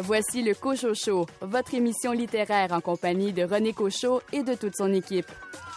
Voici le Cochot Show, votre émission littéraire en compagnie de René Cochot et de toute son équipe.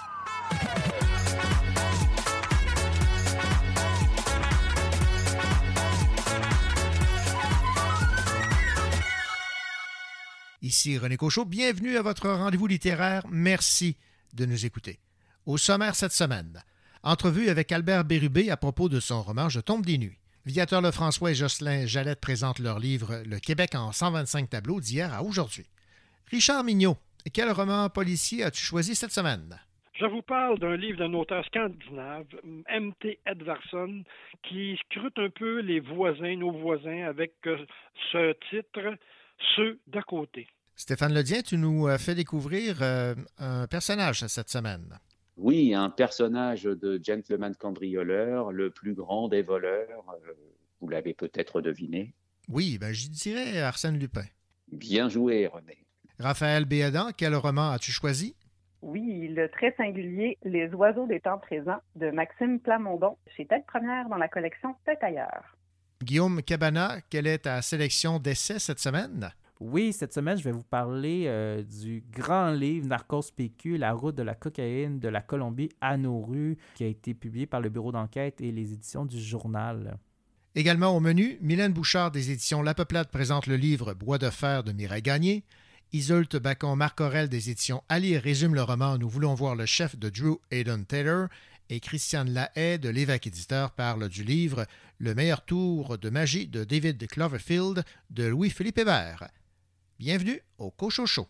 Ici René Cochot, bienvenue à votre rendez-vous littéraire. Merci de nous écouter. Au sommaire cette semaine, entrevue avec Albert Bérubé à propos de son roman « Je tombe des nuits ». Viateur Lefrançois et Jocelyn Jalette présentent leur livre « Le Québec en 125 tableaux » d'hier à aujourd'hui. Richard Mignot, quel roman policier as-tu choisi cette semaine? Je vous parle d'un livre d'un auteur scandinave, M.T. Edvardsson, qui scrute un peu les voisins, nos voisins, avec ce titre « Ceux d'à côté ». Stéphane Ledien, tu nous fais découvrir un personnage cette semaine. Oui, un personnage de gentleman cambrioleur, le plus grand des voleurs, vous l'avez peut-être deviné. Oui, je dirais Arsène Lupin. Bien joué, René. Raphaël Béadan, quel roman as-tu choisi? Oui, le très singulier « Les oiseaux des temps présents » de Maxime Plamondon, chez Tête Première dans la collection Tête ailleurs. Guillaume Cabana, quelle est ta sélection d'essais cette semaine? Oui, cette semaine, je vais vous parler du grand livre Narcos PQ, La route de la cocaïne de la Colombie à nos rues, qui a été publié par le Bureau d'enquête et les éditions du Journal. Également au menu, Mylène Bouchard des éditions La Peuplade présente le livre Bois de fer de Mireille Gagné. Isolde Bacon-Marc Aurel des éditions Ali résume le roman Nous voulons voir le chef de Drew Hayden Taylor. Et Christiane Lahaye de l'Évêque Éditeur parle du livre Le meilleur tour de magie de David Cloverfield de Louis-Philippe Hébert. Bienvenue au Cochot Show.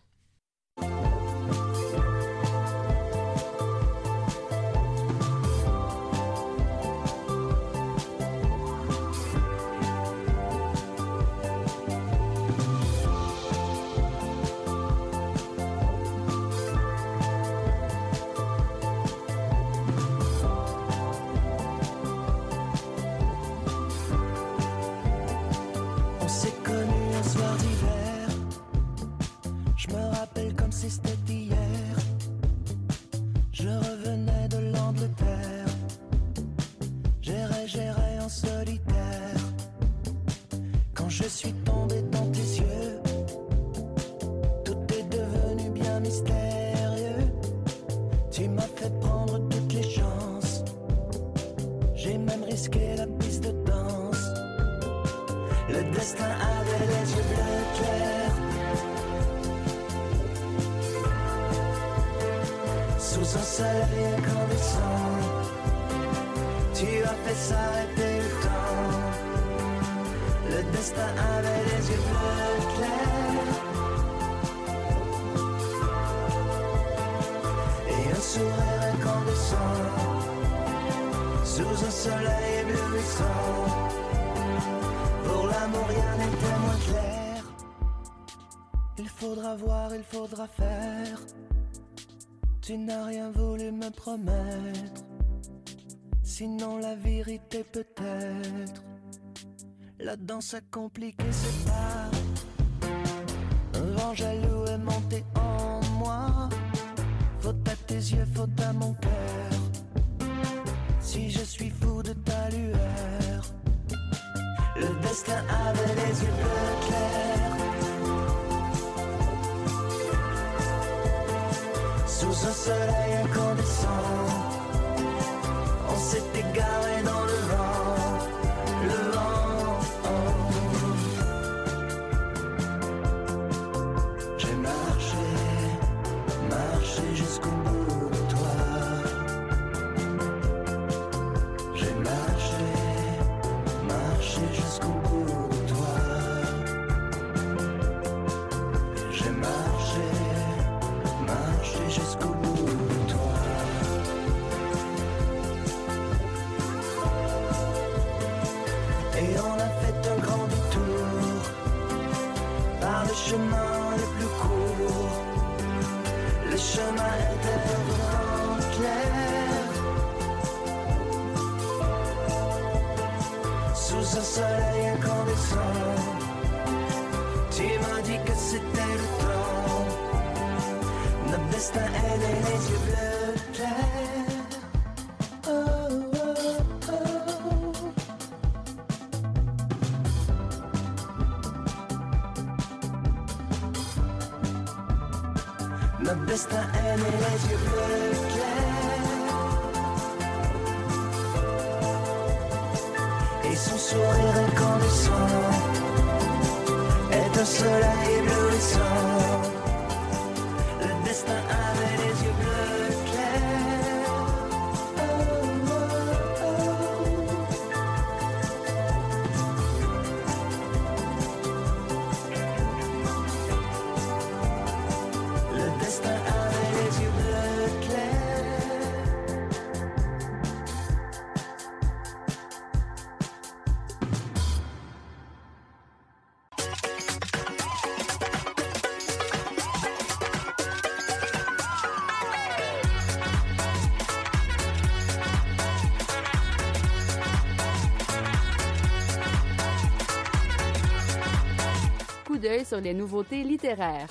On s'est connus un soir d'hiver. Je me rappelle comme si c'était hier. Je revenais de l'Angleterre. J'errais en solitaire. Quand je suis tombé dans tes yeux, tout est devenu bien mystérieux. Tu m'as fait prendre toutes les chances. J'ai même risqué la piste de danse. Le destin avait les yeux bleus clairs. Sous un soleil incandescent, tu as fait s'arrêter le temps. Le destin avait les yeux bleus clairs. Et un sourire incandescent, sous un soleil éblouissant. Pour l'amour rien n'était moins clair. Il faudra voir, il faudra faire. Tu n'as rien voulu me promettre. Sinon la vérité peut-être. La danse a compliqué ses pas. Un vent jaloux est monté en moi. Faute à tes yeux, faute à mon cœur. Si je suis fou de ta lueur. Le destin avait les yeux bleus clairs. Sous un soleil incandescent, on s'est égaré dans le vent. Le vent, J'ai marché jusqu'au bout de toi. J'ai marché jusqu'au bout de toi. J'ai marché jusqu'au bout de toi. Et on a fait un grand détour par le chemin le plus court. Le chemin était vraiment clair. Sous un soleil incandescent, tu m'as dit que c'était le temps. Notre destin aidait les yeux bleus clairs. Oh, oh, oh. Notre destin est né les yeux bleus clairs. Et son sourire incandescent est un soleil éblouissant. Le destin avait les yeux bleus clairs. Oh, oh, oh. Le destin avait les yeux bleus clairs. Coup d'œil sur les nouveautés littéraires.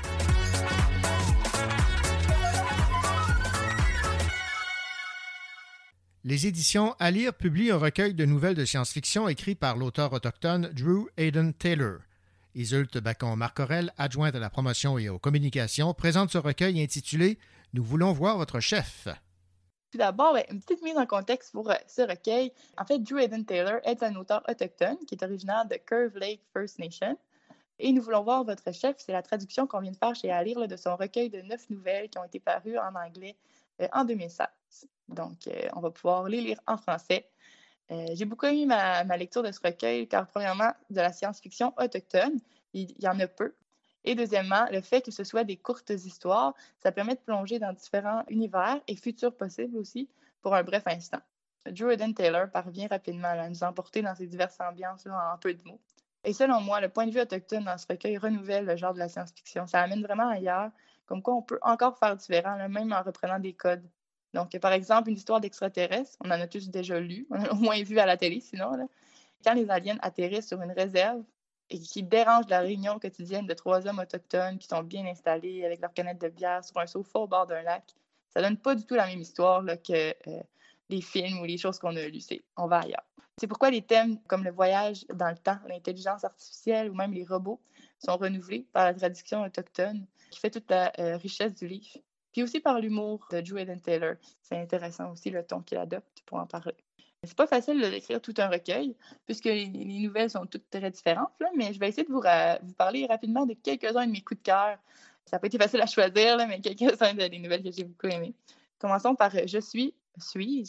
Les éditions À lire publient un recueil de nouvelles de science-fiction écrit par l'auteur autochtone Drew Hayden Taylor. Iseult Bacon-Marcorel, adjointe à la promotion et aux communications, présente ce recueil intitulé « Nous voulons voir votre chef ». Tout d'abord, une petite mise en contexte pour ce recueil. En fait, Drew Hayden Taylor est un auteur autochtone qui est originaire de Curve Lake First Nation. Et Nous voulons voir votre chef, c'est la traduction qu'on vient de faire chez À lire de son recueil de 9 nouvelles qui ont été parues en anglais en 2016. Donc, on va pouvoir les lire en français. J'ai beaucoup aimé ma lecture de ce recueil car, premièrement, de la science-fiction autochtone, il y en a peu. Et deuxièmement, le fait que ce soit des courtes histoires, ça permet de plonger dans différents univers et futurs possibles aussi pour un bref instant. Drew Hayden Taylor parvient rapidement à nous emporter dans ces diverses ambiances en peu de mots. Et selon moi, le point de vue autochtone dans ce recueil renouvelle le genre de la science-fiction. Ça amène vraiment ailleurs, comme quoi on peut encore faire différent, là, même en reprenant des codes. Donc, par exemple, une histoire d'extraterrestres, on en a tous déjà lu, on en a au moins vu à la télé sinon. Là. Quand les aliens atterrissent sur une réserve et qui dérangent la réunion quotidienne de 3 hommes autochtones qui sont bien installés avec leur canette de bière sur un sofa au bord d'un lac, ça donne pas du tout la même histoire là, que les films ou les choses qu'on a lues. On va ailleurs. C'est pourquoi les thèmes comme le voyage dans le temps, l'intelligence artificielle ou même les robots sont renouvelés par la tradition autochtone qui fait toute la richesse du livre. Puis aussi par l'humour de Drew Hayden Taylor. C'est intéressant aussi le ton qu'il adopte pour en parler. C'est pas facile d'écrire tout un recueil, puisque les nouvelles sont toutes très différentes, là, mais je vais essayer de vous parler rapidement de quelques-uns de mes coups de cœur. Ça n'a pas été facile à choisir, là, mais quelques-uns des nouvelles que j'ai beaucoup aimées. Commençons par « Je suis-je »,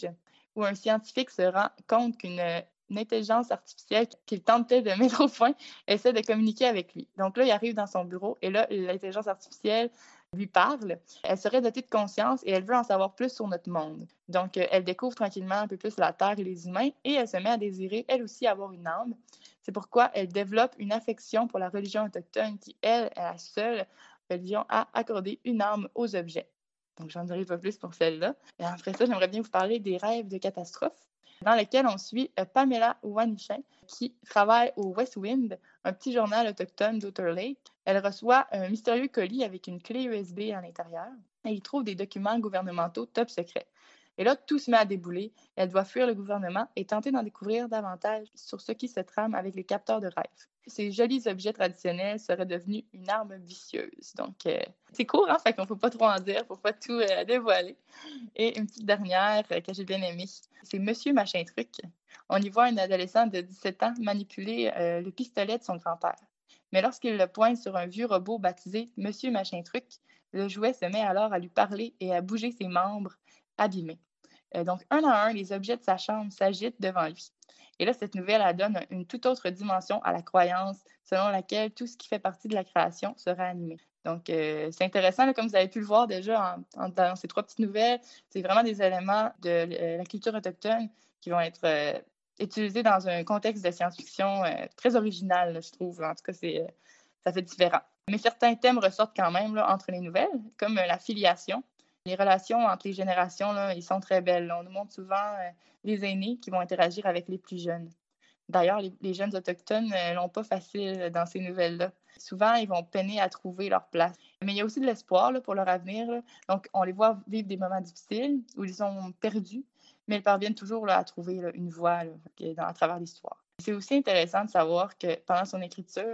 où un scientifique se rend compte qu'une intelligence artificielle qu'il tentait de mettre au point essaie de communiquer avec lui. Donc là, il arrive dans son bureau et là, l'intelligence artificielle lui parle. Elle serait dotée de conscience et elle veut en savoir plus sur notre monde. Donc, elle découvre tranquillement un peu plus la Terre et les humains et elle se met à désirer, elle aussi, avoir une âme. C'est pourquoi elle développe une affection pour la religion autochtone qui, elle, est la seule religion à accorder une âme aux objets. Donc, j'en dirai pas plus pour celle-là. Et après ça, j'aimerais bien vous parler des rêves de catastrophe, dans lequel on suit Pamela Wanichin, qui travaille au West Wind, un petit journal autochtone d'Otter Lake. Elle reçoit un mystérieux colis avec une clé USB à l'intérieur et il trouve des documents gouvernementaux top secrets. Et là, tout se met à débouler. Elle doit fuir le gouvernement et tenter d'en découvrir davantage sur ce qui se trame avec les capteurs de rêves. Ces jolis objets traditionnels seraient devenus une arme vicieuse. Donc, c'est court, hein? Fait qu'on ne peut pas trop en dire pour ne pas tout dévoiler. Et une petite dernière que j'ai bien aimée, c'est Monsieur Machin Truc. On y voit un adolescent de 17 ans manipuler le pistolet de son grand-père. Mais lorsqu'il le pointe sur un vieux robot baptisé Monsieur Machin Truc, le jouet se met alors à lui parler et à bouger ses membres abîmés. Donc, un à un, les objets de sa chambre s'agitent devant lui. Et là, cette nouvelle, elle donne une toute autre dimension à la croyance selon laquelle tout ce qui fait partie de la création sera animé. Donc, c'est intéressant, là, comme vous avez pu le voir déjà dans ces 3 petites nouvelles, c'est vraiment des éléments de la culture autochtone qui vont être utilisés dans un contexte de science-fiction très original, là, je trouve. En tout cas, ça fait différent. Mais certains thèmes ressortent quand même là, entre les nouvelles, comme la filiation. Les relations entre les générations, là, ils sont très belles. On nous montre souvent les aînés qui vont interagir avec les plus jeunes. D'ailleurs, les jeunes autochtones n'ont pas facile dans ces nouvelles-là. Souvent, ils vont peiner à trouver leur place. Mais il y a aussi de l'espoir là, pour leur avenir. Là. Donc, on les voit vivre des moments difficiles où ils sont perdus, mais ils parviennent toujours là, à trouver là, une voie là, à travers l'histoire. C'est aussi intéressant de savoir que pendant son écriture,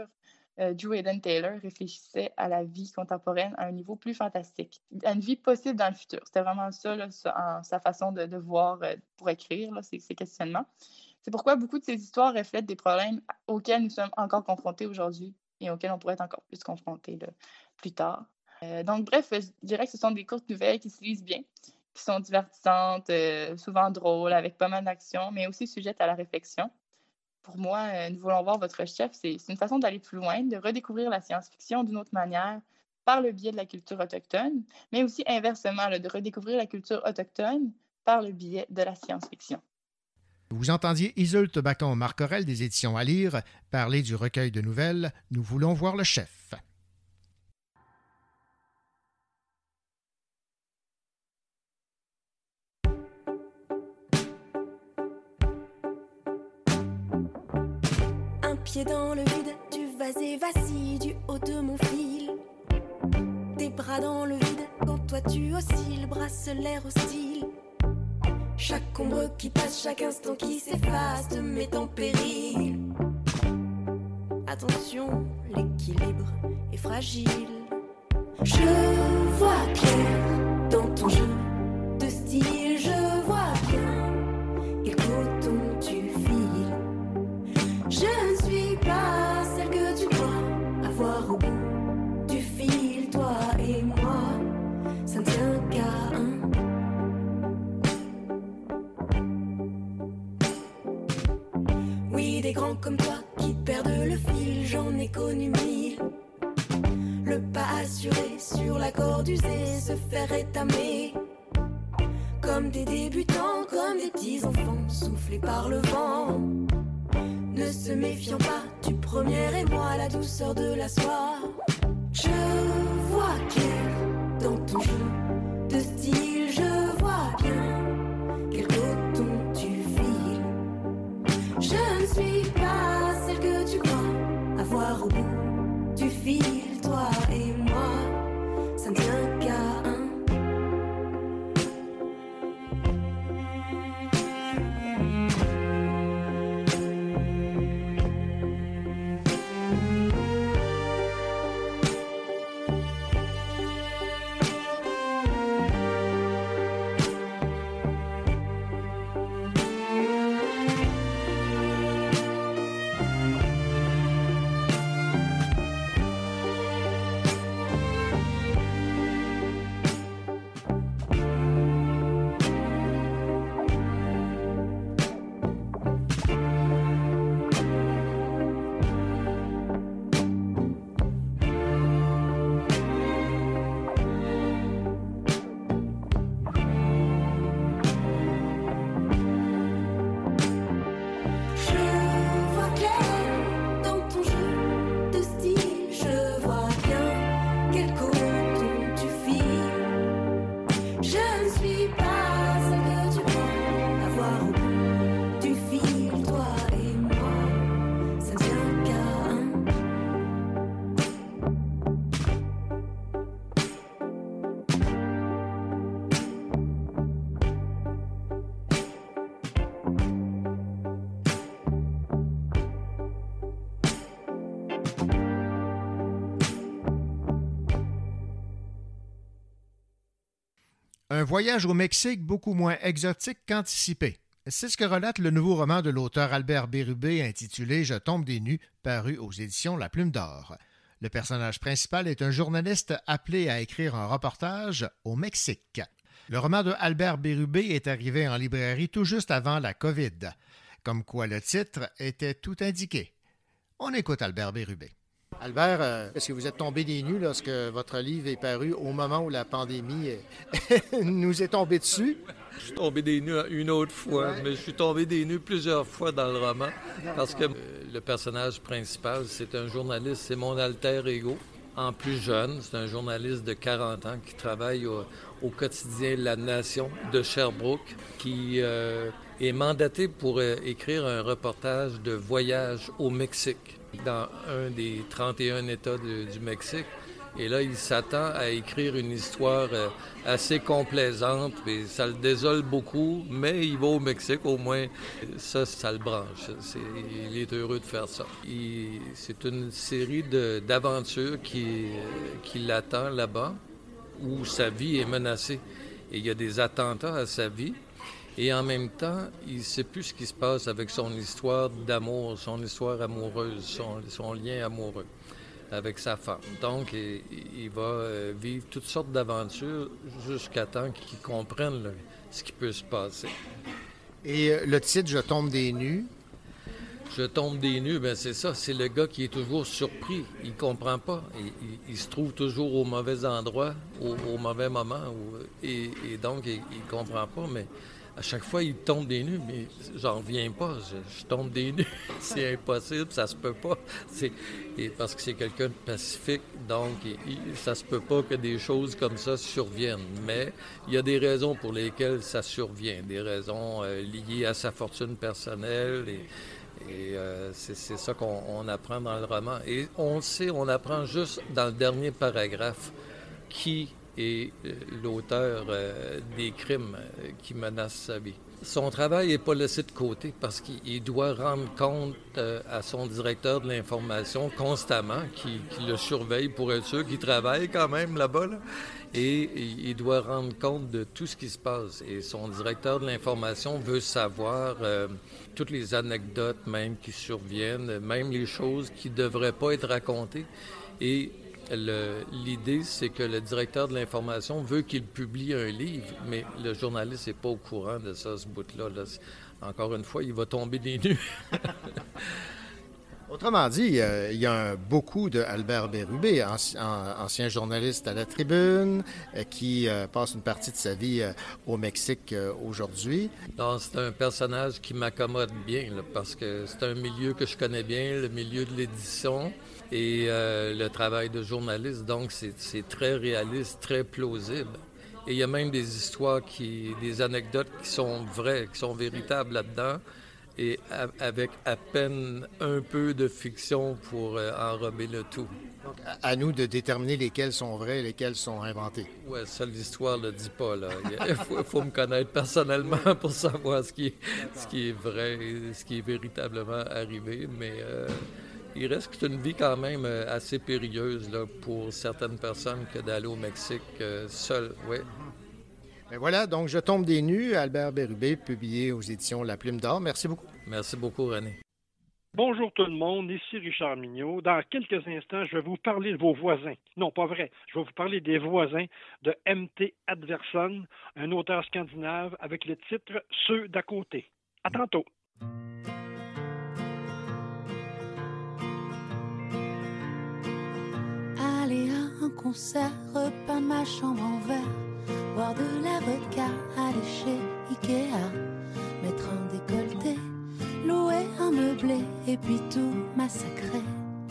Drew Aiden Taylor réfléchissait à la vie contemporaine à un niveau plus fantastique, à une vie possible dans le futur. C'était vraiment ça, là, sa façon de voir pour écrire là, ces questionnements. C'est pourquoi beaucoup de ces histoires reflètent des problèmes auxquels nous sommes encore confrontés aujourd'hui et auxquels on pourrait être encore plus confrontés là, plus tard. Donc, bref, je dirais que ce sont des courtes nouvelles qui se lisent bien, qui sont divertissantes, souvent drôles, avec pas mal d'action, mais aussi sujettes à la réflexion. Pour moi, Nous voulons voir votre chef, c'est une façon d'aller plus loin, de redécouvrir la science-fiction d'une autre manière, par le biais de la culture autochtone, mais aussi inversement, là, de redécouvrir la culture autochtone par le biais de la science-fiction. Vous entendiez Iseult Bacon-Marcorel des éditions À lire parler du recueil de nouvelles « Nous voulons voir le chef ». Un pied dans le vide, tu vas et vacilles du haut de mon fil. Tes bras dans le vide, quand toi tu oscilles, bracelet hostile. Chaque ombre qui passe, chaque instant qui s'efface te met en péril. Attention, l'équilibre est fragile. Je vois clair dans ton jeu de style, je vois bien quel coton tu files. Je ne suis pas celle que tu crois avoir au bout du fil, toi et moi, ça ne tient qu'à un. Oui, des grands comme toi qui perdent le fil, j'en ai connu mille. Le pas assuré sur la corde usée, se faire étamer. Comme des débutants, comme des petits enfants, soufflés par le vent. Ne se méfiant pas du premier émoi, la douceur de la soie. Je vois clair dans ton jeu de style, je vois bien quel coton tu files. Je ne suis pas celle que tu crois avoir au bout du fil, toi et moi, ça ne tient qu'à un. Un voyage au Mexique beaucoup moins exotique qu'anticipé. C'est ce que relate le nouveau roman de l'auteur Albert Bérubé intitulé « Je tombe des nues », paru aux éditions La Plume d'Or. Le personnage principal est un journaliste appelé à écrire un reportage au Mexique. Le roman de Albert Bérubé est arrivé en librairie tout juste avant la COVID, comme quoi le titre était tout indiqué. On écoute Albert Bérubé. Albert, est-ce que vous êtes tombé des nues lorsque votre livre est paru au moment où la pandémie nous est tombée dessus? Je suis tombé des nues une autre fois, mais je suis tombé des nues plusieurs fois dans le roman parce que le personnage principal, c'est un journaliste, c'est mon alter ego. En plus jeune, c'est un journaliste de 40 ans qui travaille au quotidien La Nation de Sherbrooke, qui est mandaté pour écrire un reportage de voyage au Mexique. Dans un des 31 États du Mexique, Et là, il s'attend à écrire une histoire assez complaisante, mais ça le désole beaucoup, mais il va au Mexique, au moins, ça le branche. Il est heureux de faire ça. C'est une série d'aventures qui l'attend là-bas, où sa vie est menacée. Et il y a des attentats à sa vie. Et en même temps, il ne sait plus ce qui se passe avec son histoire d'amour, son histoire amoureuse, son lien amoureux avec sa femme. Donc, il va vivre toutes sortes d'aventures jusqu'à temps qu'il comprenne ce qui peut se passer. Et le titre « Je tombe des nues ». Je tombe des nues, bien c'est ça. C'est le gars qui est toujours surpris. Il comprend pas. Il se trouve toujours au mauvais endroit, au mauvais moment. Et donc, il comprend pas, mais à chaque fois, il tombe des nues, mais j'en reviens pas. Je tombe des nues. C'est impossible, ça se peut pas. Parce que c'est quelqu'un de pacifique, donc ça se peut pas que des choses comme ça surviennent. Mais il y a des raisons pour lesquelles ça survient, des raisons liées à sa fortune personnelle et c'est ça qu'on apprend dans le roman. Et on le sait, on apprend juste dans le dernier paragraphe qui est l'auteur des crimes qui menacent sa vie. Son travail n'est pas laissé de côté parce qu'il doit rendre compte à son directeur de l'information constamment, qui le surveille pour être sûr qu'il travaille quand même là-bas. Et il doit rendre compte de tout ce qui se passe. Et son directeur de l'information veut savoir toutes les anecdotes même qui surviennent, même les choses qui ne devraient pas être racontées. Et l'idée, c'est que le directeur de l'information veut qu'il publie un livre, mais le journaliste n'est pas au courant de ça, ce bout-là. Encore une fois, il va tomber des nues. Autrement dit, il y a beaucoup de Albert Bérubé, ancien journaliste à La Tribune, qui passe une partie de sa vie au Mexique aujourd'hui. Non, c'est un personnage qui m'accommode bien, parce que c'est un milieu que je connais bien, le milieu de l'édition et le travail de journaliste. Donc, c'est très réaliste, très plausible. Et il y a même des histoires, des anecdotes qui sont vraies, qui sont véritables là-dedans. Et avec à peine un peu de fiction pour enrober le tout. Donc, à nous de déterminer lesquels sont vrais et lesquels sont inventés. Oui, ça, l'histoire ne le dit pas, là. Il faut me connaître personnellement pour savoir ce qui est vrai et ce qui est véritablement arrivé. Mais il reste que c'est une vie quand même assez périlleuse là, pour certaines personnes que d'aller au Mexique seul, oui. Ben voilà, donc Je tombe des nues, Albert Bérubé, publié aux éditions La Plume d'Or. Merci beaucoup. Merci beaucoup, René. Bonjour tout le monde, ici Richard Mignot. Dans quelques instants, je vais vous parler de vos voisins. Non, pas vrai. Je vais vous parler des voisins de M.T. Edvarsson, un auteur scandinave avec le titre « Ceux d'à côté ». À tantôt. Aller à un concert, repeindre ma chambre en verre, boire de la vodka, aller chez Ikea, mettre un décolleté, louer un meublé et puis tout massacrer.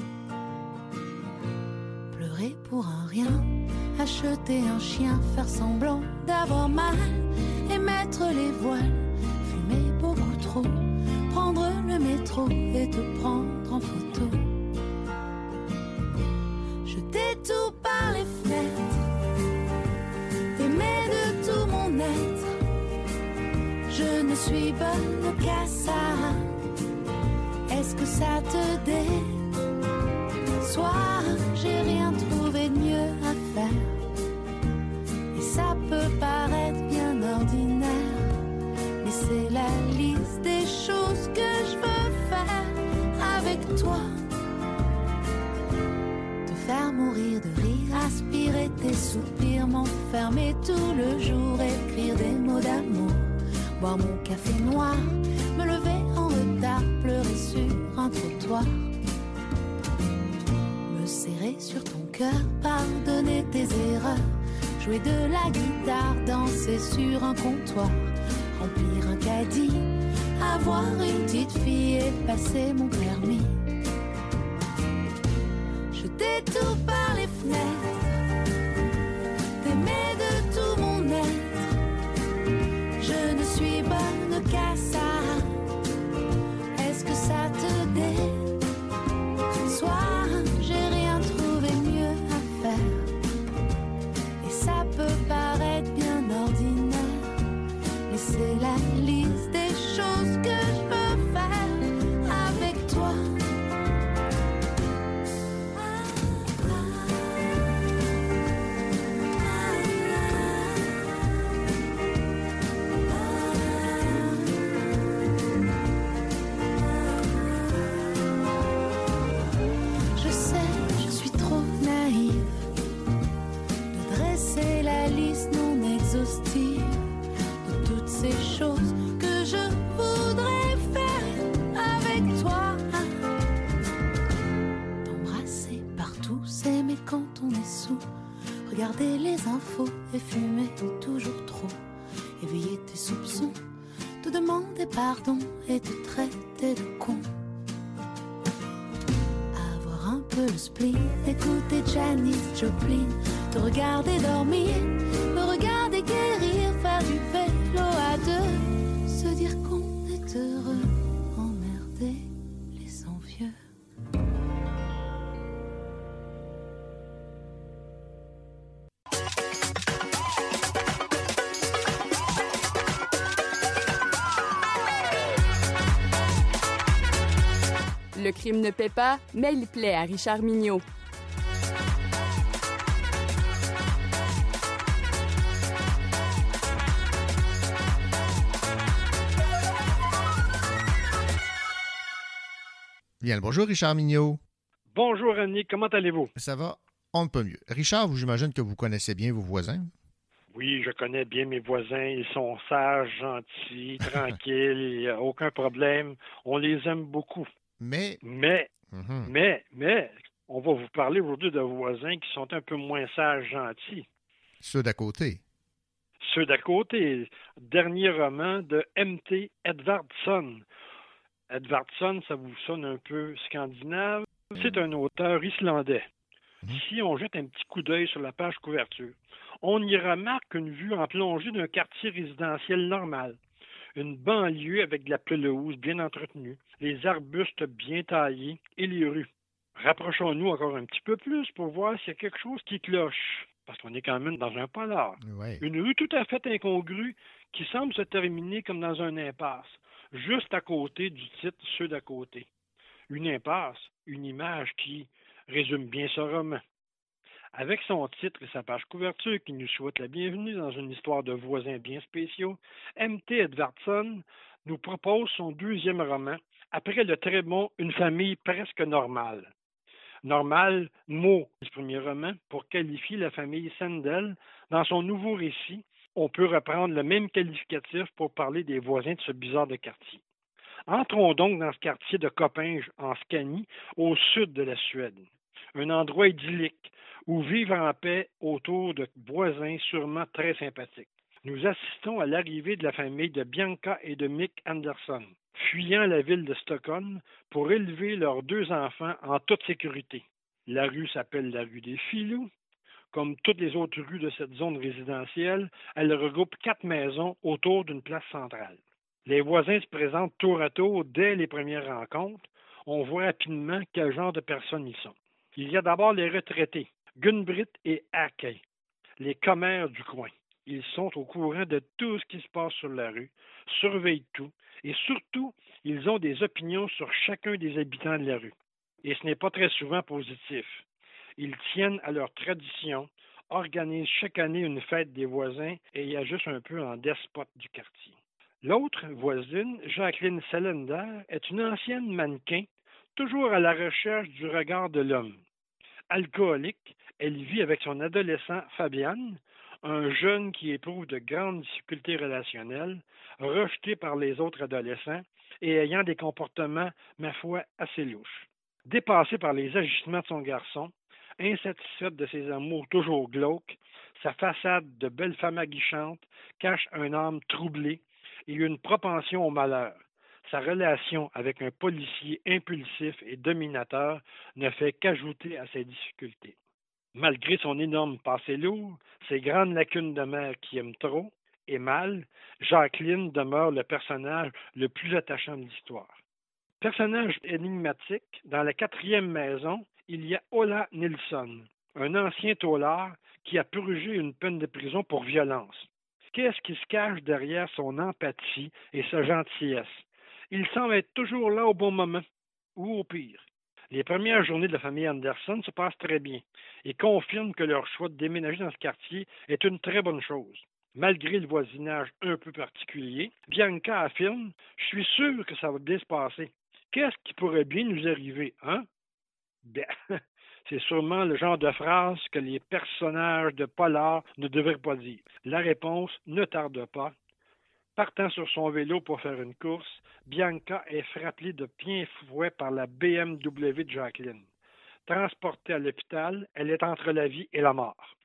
Pleurer pour un rien, acheter un chien, faire semblant d'avoir mal et mettre les voiles, fumer beaucoup trop, prendre le métro et te prendre en photo. Jeter tout par les fenêtres, t'aimer de tout mon être. Je ne suis bonne qu'à ça. Est-ce que ça te déçoit? J'ai rien trouvé de mieux à faire. Et ça peut paraître bien ordinaire, mais c'est la liste des choses que je veux faire avec toi. Te faire mourir de rire, aspirer tes soupirs, m'enfermer tout le jour, écrire des mots d'amour, boire mon café noir, me lever en retard, pleurer sur un trottoir, me serrer sur ton cœur, pardonner tes erreurs, jouer de la guitare, danser sur un comptoir, remplir un caddie, avoir une petite fille et passer mon permis. Jeter tout par les fenêtres, t'aimer de tout mon être. Je ne suis bonne qu'à ça. Est-ce que ça te déçoit? J'ai rien trouvé mieux à faire. regarder les infos et fumer toujours trop. Éveiller tes soupçons, te demander pardon et te traiter de con. Avoir un peu le spleen, écouter Janis Joplin, te regarder dormir, me regarder guérir, faire du vélo à deux, se dire qu'on est heureux, emmerder les envieux. Le crime ne paie pas, mais il plaît à Richard Mignot. Bien, bonjour Richard Mignot. Bonjour Annie, comment allez-vous? Ça va? On ne peut mieux. Richard, j'imagine que vous connaissez bien vos voisins. Oui, je connais bien mes voisins. Ils sont sages, gentils, tranquilles, il n'y a aucun problème. On les aime beaucoup. Mais, on va vous parler aujourd'hui de voisins qui sont un peu moins sages, gentils. Ceux d'à côté. Ceux d'à côté. Dernier roman de M.T. Edvardsson. Edvardsson, ça vous sonne un peu scandinave. C'est un auteur islandais. Si on jette un petit coup d'œil sur la page couverture, on y remarque une vue en plongée d'un quartier résidentiel normal. Une banlieue avec de la pelouse bien entretenue, les arbustes bien taillés et les rues. Rapprochons-nous encore un petit peu plus pour voir s'il y a quelque chose qui cloche, parce qu'on est quand même dans un polar. Ouais. Une rue tout à fait incongrue qui semble se terminer comme dans un impasse, juste à côté du titre « Ceux d'à côté ». Une impasse, une image qui résume bien ce roman. Avec son titre et sa page couverture qui nous souhaite la bienvenue dans une histoire de voisins bien spéciaux, M.T. Edvardsson nous propose son deuxième roman, après le très bon Une famille presque normale. Normal, mot du premier roman, pour qualifier la famille Sandel. Dans son nouveau récit, on peut reprendre le même qualificatif pour parler des voisins de ce bizarre de quartier. Entrons donc dans ce quartier de Köpinge, en Scanie, au sud de la Suède. Un endroit idyllique où vivre en paix autour de voisins sûrement très sympathiques. Nous assistons à l'arrivée de la famille de Bianca et de Mick Andersson, fuyant la ville de Stockholm pour élever leurs deux enfants en toute sécurité. La rue s'appelle la rue des Filous. Comme toutes les autres rues de cette zone résidentielle, elle regroupe 4 maisons autour d'une place centrale. Les voisins se présentent tour à tour dès les premières rencontres. On voit rapidement quel genre de personnes ils sont. Il y a d'abord les retraités, Gunn-Britt et Åke, les commères du coin. Ils sont au courant de tout ce qui se passe sur la rue, surveillent tout et surtout, ils ont des opinions sur chacun des habitants de la rue. Et ce n'est pas très souvent positif. Ils tiennent à leurs traditions, organisent chaque année une fête des voisins et y agissent un peu en despote du quartier. L'autre voisine, Jacqueline Salender, est une ancienne mannequin, toujours à la recherche du regard de l'homme. Alcoolique, elle vit avec son adolescent Fabian, un jeune qui éprouve de grandes difficultés relationnelles, rejeté par les autres adolescents et ayant des comportements, ma foi, assez louches. Dépassée par les agissements de son garçon, insatisfaite de ses amours toujours glauques, sa façade de belle femme aguichante cache un âme troublée et une propension au malheur. Sa relation avec un policier impulsif et dominateur ne fait qu'ajouter à ses difficultés. Malgré son énorme passé lourd, ses grandes lacunes de mère qui aime trop et mal, Jacqueline demeure le personnage le plus attachant de l'histoire. Personnage énigmatique, dans la 4e maison, il y a Ola Nilsson, un ancien taulard qui a purgé une peine de prison pour violence. Qu'est-ce qui se cache derrière son empathie et sa gentillesse? Il semble être toujours là au bon moment, ou au pire. Les premières journées de la famille Andersson se passent très bien et confirment que leur choix de déménager dans ce quartier est une très bonne chose. Malgré le voisinage un peu particulier, Bianca affirme « Je suis sûr que ça va bien se passer. Qu'est-ce qui pourrait bien nous arriver, hein? » Ben, c'est sûrement le genre de phrase que les personnages de polar ne devraient pas dire. La réponse ne tarde pas. Partant sur son vélo pour faire une course, Bianca est frappée de plein fouet par la BMW de Jacqueline. Transportée à l'hôpital, elle est entre la vie et la mort.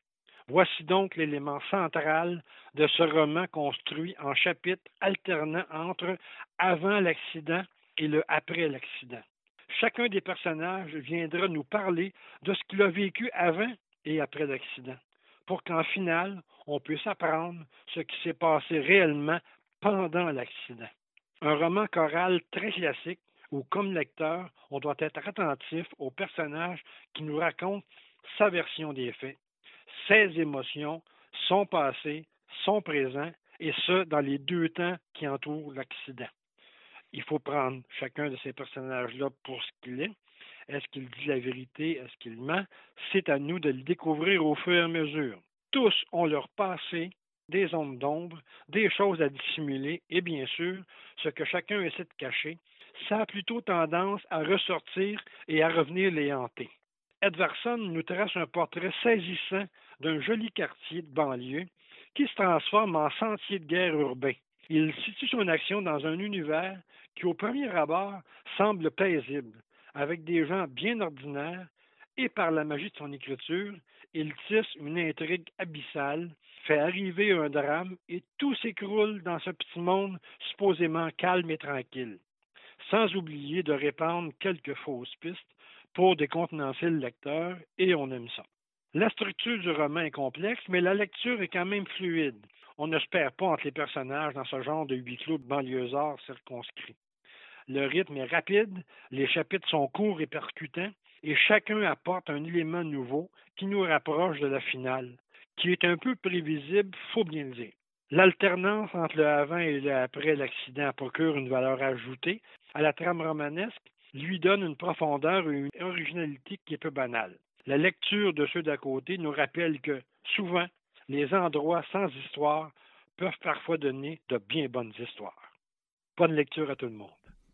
Voici donc l'élément central de ce roman construit en chapitres alternant entre avant l'accident et le après l'accident. Chacun des personnages viendra nous parler de ce qu'il a vécu avant et après l'accident, pour qu'en finale, on puisse apprendre ce qui s'est passé réellement pendant l'accident. Un roman choral très classique où, comme lecteur, on doit être attentif aux personnages qui nous racontent sa version des faits, ses émotions, son passé, son présent, et ce, dans les 2 temps qui entourent l'accident. Il faut prendre chacun de ces personnages-là pour ce qu'il est. Est-ce qu'il dit la vérité? Est-ce qu'il ment? C'est à nous de le découvrir au fur et à mesure. Tous ont leur passé, des zones d'ombre, des choses à dissimuler, et bien sûr, ce que chacun essaie de cacher, ça a plutôt tendance à ressortir et à revenir les hanter. Edwardson nous trace un portrait saisissant d'un joli quartier de banlieue qui se transforme en sentier de guerre urbain. Il situe son action dans un univers qui, au premier abord, semble paisible, avec des gens bien ordinaires, et par la magie de son écriture, il tisse une intrigue abyssale, fait arriver un drame, et tout s'écroule dans ce petit monde supposément calme et tranquille, sans oublier de répandre quelques fausses pistes pour décontenancer le lecteur, et on aime ça. La structure du roman est complexe, mais la lecture est quand même fluide. On ne se perd pas entre les personnages dans ce genre de huis clos de banlieusards circonscrits. Le rythme est rapide, les chapitres sont courts et percutants, et chacun apporte un élément nouveau qui nous rapproche de la finale, qui est un peu prévisible, faut bien le dire. L'alternance entre le avant et le après l'accident procure une valeur ajoutée à la trame romanesque, lui donne une profondeur et une originalité qui est peu banale. La lecture de ceux d'à côté nous rappelle que, souvent, les endroits sans histoire peuvent parfois donner de bien bonnes histoires. Bonne lecture à tout le monde.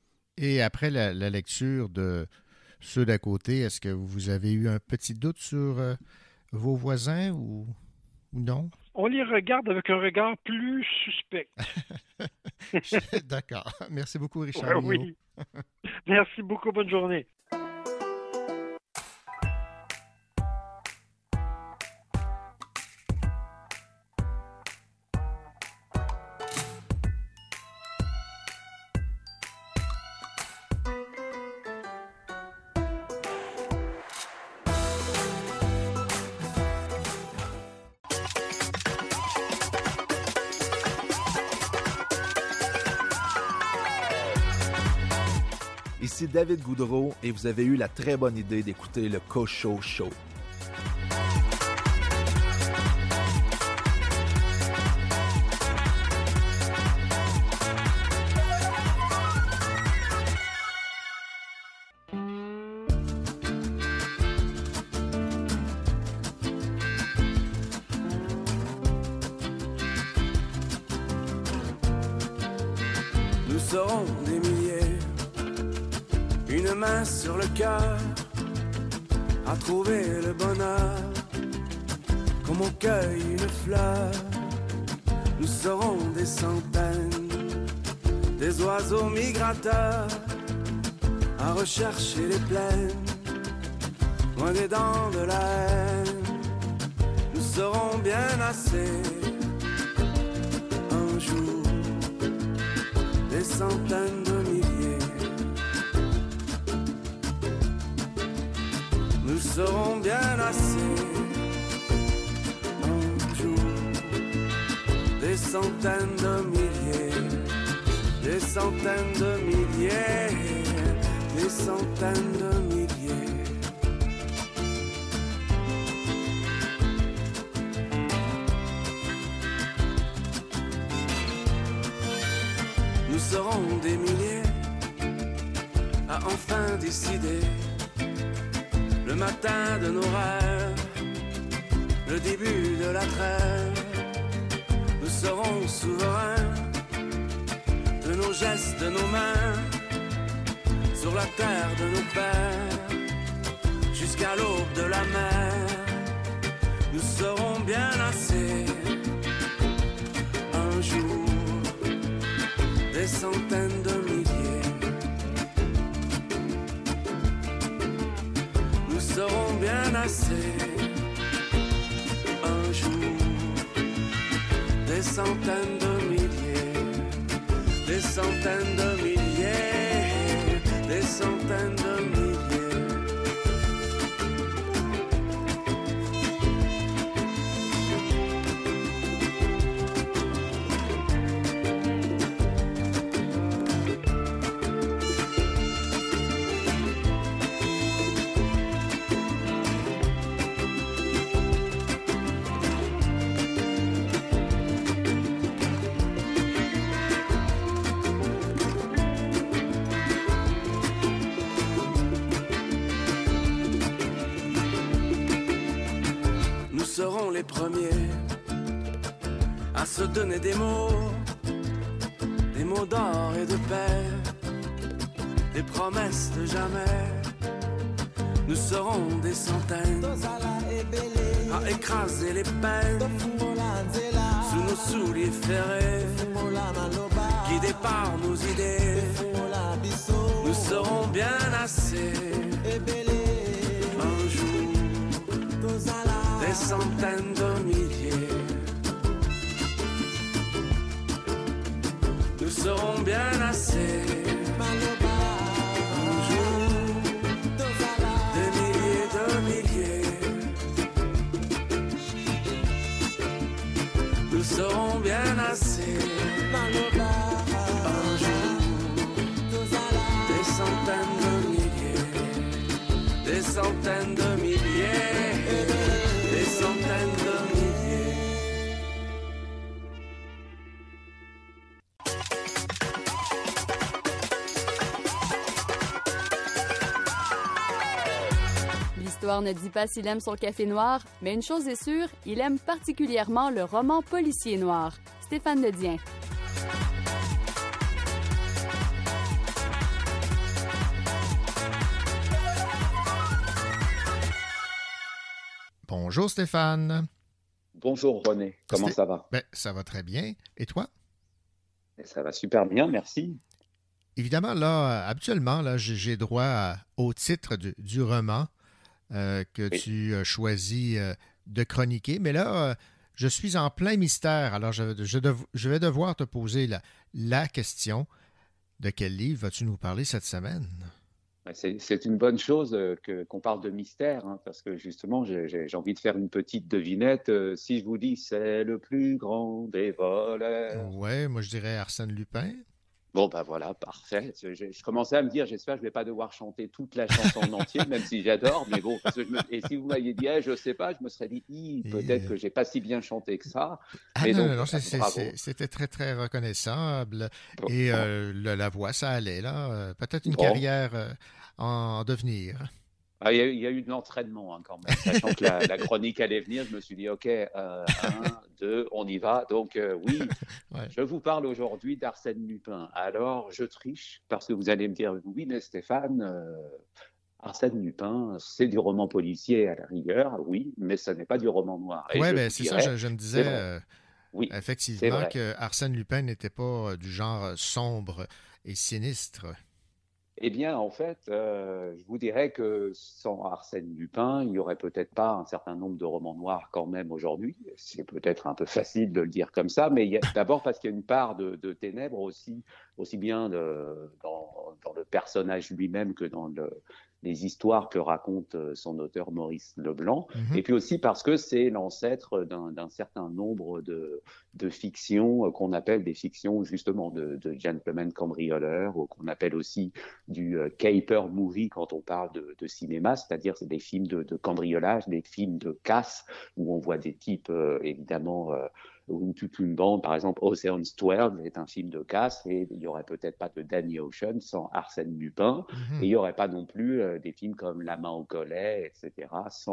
Et après la lecture de ceux d'à côté, est-ce que vous avez eu un petit doute sur vos voisins ou non? On les regarde avec un regard plus suspect. D'accord. Merci beaucoup, Richard. Oui. Merci beaucoup. Bonne journée. Ici David Goudreau et vous avez eu la très bonne idée d'écouter le Cochot Show. Nous serons des milliers, une main sur le cœur, à trouver le bonheur, comme on cueille une fleur. Nous serons des centaines, des oiseaux migrateurs, à rechercher les plaines, loin des dents de la haine. Nous serons bien assez, un jour, des centaines de milliers. Nous serons bien assez, un jour, des centaines de milliers, des centaines de milliers, des centaines de milliers. Nous serons des milliers à enfin décider le matin de nos rêves, le début de la trêve. Nous serons souverains de nos gestes, de nos mains, sur la terre de nos pères, jusqu'à l'aube de la mer. Nous serons bien assez, un jour, des centaines de milliers. Nous serons bien assez, un jour, des centaines de milliers, des centaines de milliers, des centaines de milliers. Nous serons les premiers à se donner des mots d'or et de paix, des promesses de jamais. Nous serons des centaines à écraser les peines sous nos souliers ferrés, guidés par nos idées. Nous serons bien assez un jour, des centaines de milliers. Nous serons bien assez un jour, des milliers de milliers. Nous serons bien assez un jour, des centaines de milliers, des centaines de milliers, des centaines de milliers. L'histoire ne dit pas s'il aime son café noir, mais une chose est sûre, il aime particulièrement le roman policier noir. Stéphane Ledien. Bonjour Stéphane. Bonjour René, comment ça va? Ben, ça va très bien. Et toi? Ça va super bien, merci. Évidemment, là, habituellement, là, j'ai droit au titre du roman que tu choisis de chroniquer. Mais là, je suis en plein mystère. Alors, je vais devoir te poser la question. De quel livre vas-tu nous parler cette semaine? C'est une bonne chose qu'on parle de mystère, hein, parce que justement, j'ai envie de faire une petite devinette. Si je vous dis c'est le plus grand des voleurs. Ouais, moi je dirais Arsène Lupin. Bon, ben voilà, parfait. Je commençais à me dire, j'espère que je ne vais pas devoir chanter toute la chanson en entier, même si j'adore, mais bon, parce que et si vous m'aviez dit, je ne sais pas, je me serais dit, peut-être que je n'ai pas si bien chanté que ça. Ah mais non, donc, non, c'était très, très reconnaissable. Et la voix, ça allait, là. Peut-être une carrière en devenir. Ah, il y a eu de l'entraînement hein, quand même, sachant que la chronique allait venir, je me suis dit, OK, 1, 2, on y va. Donc oui, ouais. Je vous parle aujourd'hui d'Arsène Lupin. Alors, je triche, parce que vous allez me dire, oui, mais Stéphane, Arsène Lupin, c'est du roman policier à la rigueur, oui, mais ce n'est pas du roman noir. Oui, ben, c'est ça, je me disais, oui, effectivement, que Arsène Lupin n'était pas du genre sombre et sinistre. Eh bien, en fait, je vous dirais que sans Arsène Lupin, il n'y aurait peut-être pas un certain nombre de romans noirs quand même aujourd'hui. C'est peut-être un peu facile de le dire comme ça, mais d'abord parce qu'il y a une part de ténèbres aussi bien dans le personnage lui-même que dans les histoires que raconte son auteur Maurice Leblanc, et puis aussi parce que c'est l'ancêtre d'un certain nombre de fictions qu'on appelle des fictions justement de gentleman cambrioleur, ou qu'on appelle aussi du caper movie quand on parle de cinéma, c'est-à-dire c'est des films de cambriolage, des films de casse, où on voit des types évidemment ou toute une bande, par exemple Ocean's 12 est un film de casse, et il n'y aurait peut-être pas de Danny Ocean sans Arsène Lupin, et il n'y aurait pas non plus des films comme La main au collet, etc.,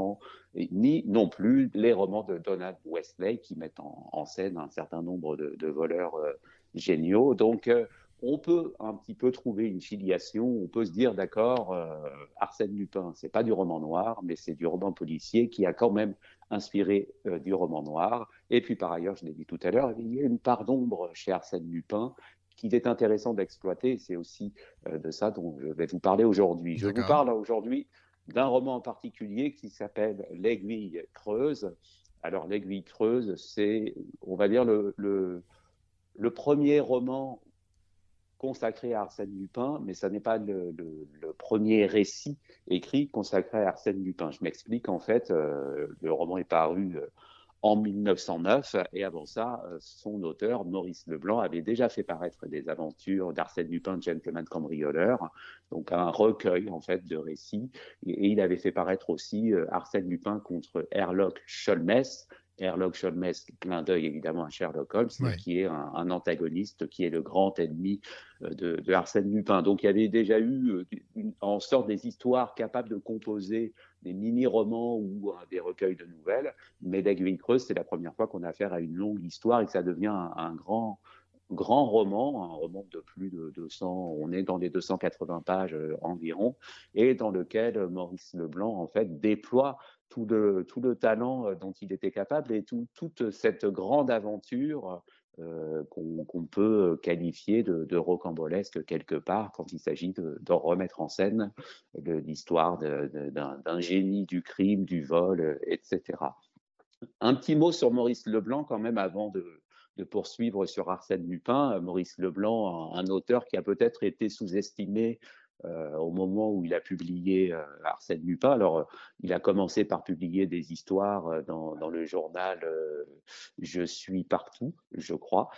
ni non plus les romans de Donald Westlake qui mettent en scène un certain nombre de voleurs géniaux. Donc, on peut un petit peu trouver une filiation, on peut se dire, d'accord, Arsène Lupin, c'est pas du roman noir, mais c'est du roman policier qui a quand même inspiré du roman noir. Et puis par ailleurs, je l'ai dit tout à l'heure, il y a une part d'ombre chez Arsène Lupin qu'il est intéressant d'exploiter. C'est aussi de ça dont je vais vous parler aujourd'hui. Je vous parle aujourd'hui d'un roman en particulier qui s'appelle L'Aiguille creuse. Alors, L'Aiguille creuse, c'est, on va dire, le premier roman consacré à Arsène Lupin, mais ça n'est pas le premier récit écrit consacré à Arsène Lupin. Je m'explique, en fait, le roman est paru en 1909, et avant ça, son auteur, Maurice Leblanc, avait déjà fait paraître des aventures d'Arsène Lupin, gentleman cambrioleur, donc un recueil, en fait, de récits, et il avait fait paraître aussi Arsène Lupin contre Herlock Sholmès. Herlock Sholmès, clin d'œil évidemment à Sherlock Holmes, Ouais. qui est un antagoniste, qui est le grand ennemi de Arsène Lupin. Donc il y avait déjà eu en sorte des histoires capables de composer des mini-romans ou des recueils de nouvelles, mais L'Aiguille creuse, c'est la première fois qu'on a affaire à une longue histoire et que ça devient un grand roman, un roman de plus de 200, on est dans les 280 pages environ, et dans lequel Maurice Leblanc, en fait, déploie tout le talent dont il était capable et toute cette grande aventure qu'on peut qualifier de rocambolesque quelque part quand il s'agit de remettre en scène l'histoire d'un génie du crime, du vol, etc. Un petit mot sur Maurice Leblanc quand même avant de poursuivre sur Arsène Lupin. Maurice Leblanc, un auteur qui a peut-être été sous-estimé au moment où il a publié Arsène Lupin. Alors, il a commencé par publier des histoires dans le journal Je suis partout, je crois.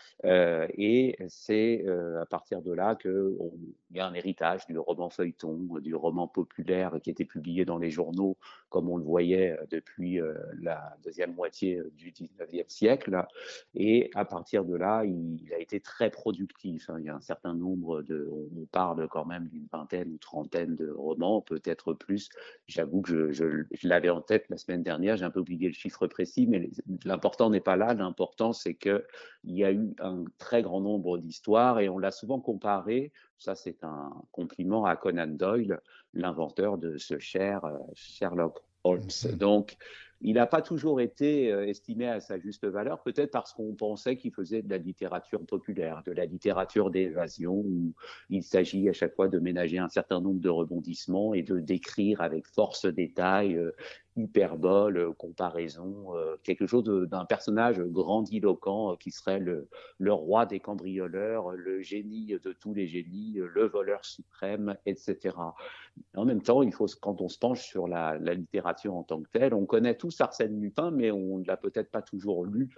Et c'est à partir de là qu'il y a un héritage du roman feuilleton, du roman populaire qui était publié dans les journaux, comme on le voyait depuis la deuxième moitié du 19e siècle. Et à partir de là, il a été très productif. Il y a un certain nombre on parle quand même d'une vingtaine ou trentaine de romans, peut-être plus. J'avoue que je l'avais en tête la semaine dernière, j'ai un peu oublié le chiffre précis, mais l'important n'est pas là. L'important, c'est qu'il y a eu un très grand nombre d'histoires et on l'a souvent comparé, ça c'est un compliment à Conan Doyle, l'inventeur de ce cher Sherlock Holmes. Donc, il n'a pas toujours été estimé à sa juste valeur, peut-être parce qu'on pensait qu'il faisait de la littérature populaire, de la littérature d'évasion, où il s'agit à chaque fois de ménager un certain nombre de rebondissements et de décrire avec force, détail, hyperbole, comparaison, quelque chose d'un personnage grandiloquent qui serait le roi des cambrioleurs, le génie de tous les génies, le voleur suprême, etc. En même temps, quand on se penche sur la littérature en tant que telle, on connaît tous Arsène Lupin, mais on ne l'a peut-être pas toujours lu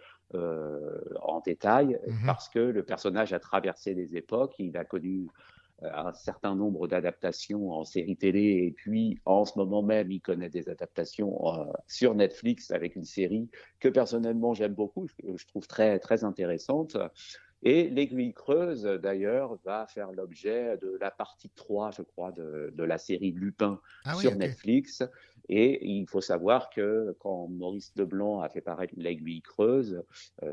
en détail, parce que le personnage a traversé les époques, il a connu un certain nombre d'adaptations en série télé, et puis en ce moment même, il connaît des adaptations sur Netflix avec une série que personnellement j'aime beaucoup, je trouve très, très intéressante. Et L'Aiguille creuse, d'ailleurs, va faire l'objet de la partie 3, je crois, de la série Lupin sur Netflix. Et il faut savoir que quand Maurice Leblanc a fait paraître L'Aiguille creuse,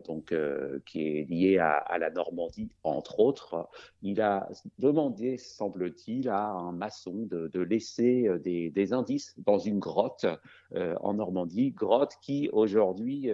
qui est liée à la Normandie, entre autres, il a demandé, semble-t-il, à un maçon de laisser des indices dans une grotte en Normandie, grotte qui, aujourd'hui,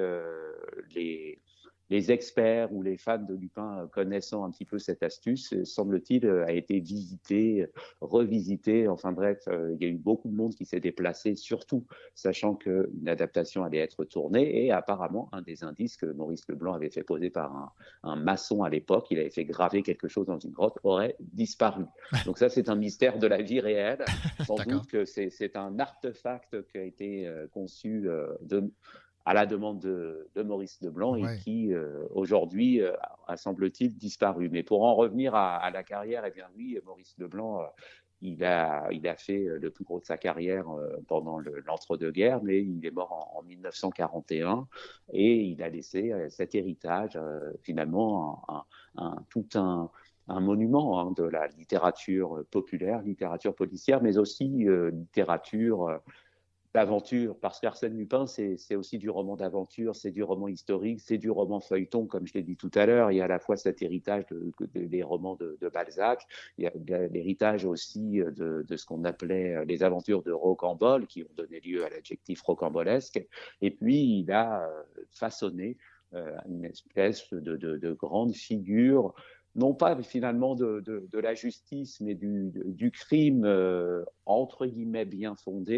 les experts ou les fans de Lupin connaissant un petit peu cette astuce, semble-t-il, a été visité, revisité. Enfin bref, il y a eu beaucoup de monde qui s'est déplacé, surtout sachant qu'une adaptation allait être tournée. Et apparemment, un des indices que Maurice Leblanc avait fait poser par un maçon à l'époque, il avait fait graver quelque chose dans une grotte, aurait disparu. Donc ça, c'est un mystère de la vie réelle. Sans doute que c'est un artefact qui a été conçu à la demande de Maurice Leblanc et qui, aujourd'hui, a, semble-t-il, disparu. Mais pour en revenir à la carrière, eh bien oui, Maurice Leblanc, il a fait le plus gros de sa carrière pendant l'entre-deux-guerres, mais il est mort en 1941 et il a laissé cet héritage, finalement, tout un monument de la littérature populaire, littérature policière, mais aussi littérature d'aventure, parce qu'Arsène Lupin, c'est aussi du roman d'aventure, c'est du roman historique, c'est du roman feuilleton, comme je l'ai dit tout à l'heure. Il y a à la fois cet héritage des romans de Balzac, il y a l'héritage aussi de ce qu'on appelait les aventures de Rocambole, qui ont donné lieu à l'adjectif rocambolesque. Et puis, il a façonné une espèce de grande figure, non pas finalement de la justice, mais du crime entre guillemets bien fondé,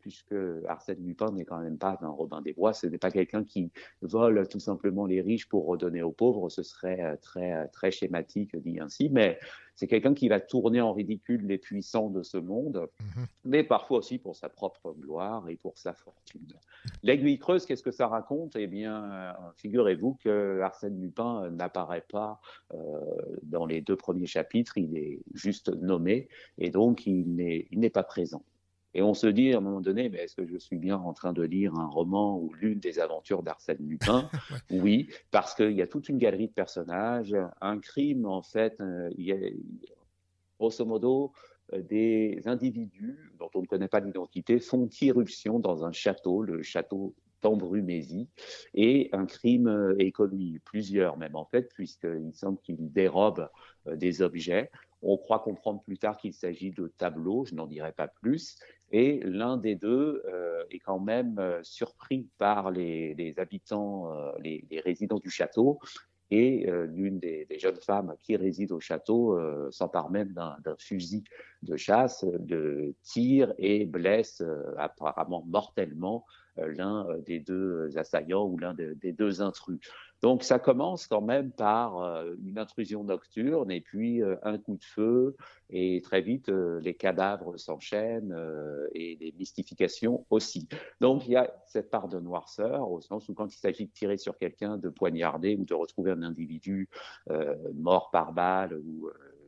puisque Arsène Lupin n'est quand même pas un Robin des Bois, ce n'est pas quelqu'un qui vole tout simplement les riches pour redonner aux pauvres, ce serait très schématique dit ainsi, mais c'est quelqu'un qui va tourner en ridicule les puissants de ce monde, mais parfois aussi pour sa propre gloire et pour sa fortune. L'Aiguille creuse, qu'est-ce que ça raconte? Eh bien, figurez-vous que Arsène Lupin n'apparaît pas dans les 2 premiers chapitres, il est juste nommé, et donc il n'est pas présent. Et on se dit à un moment donné, mais est-ce que je suis bien en train de lire un roman ou l'une des aventures d'Arsène Lupin? Oui, parce qu'il y a toute une galerie de personnages, un crime en fait, il y a grosso modo des individus dont on ne connaît pas l'identité font irruption dans un château, le château d'Ambrumésie, et un crime est commis, plusieurs même en fait, puisqu'il semble qu'ils dérobent des objets. On croit comprendre plus tard qu'il s'agit de tableaux, je n'en dirai pas plus, et l'un des deux est quand même surpris par les habitants, les résidents du château, et l'une des jeunes femmes qui réside au château s'empare même d'un fusil de chasse, de tire et blesse apparemment mortellement l'un des 2 assaillants ou l'un des 2 intrus. Donc ça commence quand même par une intrusion nocturne et puis un coup de feu, et très vite les cadavres s'enchaînent et les mystifications aussi. Donc il y a cette part de noirceur au sens où quand il s'agit de tirer sur quelqu'un, de poignarder ou de retrouver un individu mort par balle ou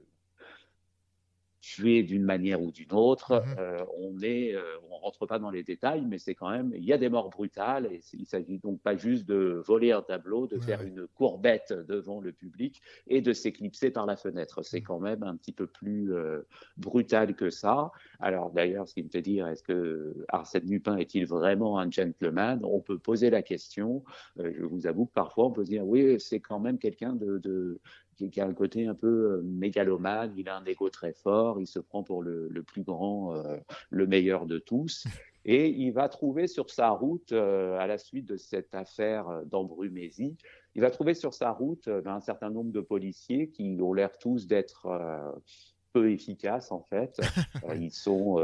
tué d'une manière ou d'une autre, on rentre pas dans les détails, mais c'est quand même, il y a des morts brutales, et il s'agit donc pas juste de voler un tableau, de faire une courbette devant le public et de s'éclipser par la fenêtre. C'est quand même un petit peu plus brutal que ça. Alors d'ailleurs, ce qui me fait dire, est-ce que Arsène Lupin est-il vraiment un gentleman? On peut poser la question. Je vous avoue que parfois on peut se dire, oui, c'est quand même quelqu'un qui a un côté un peu mégalomane, il a un ego très fort, il se prend pour le plus grand, le meilleur de tous. Et il va trouver sur sa route, à la suite de cette affaire d'Ambrumésie, il va trouver sur sa route un certain nombre de policiers qui ont l'air tous d'être peu efficaces en fait. Ils sont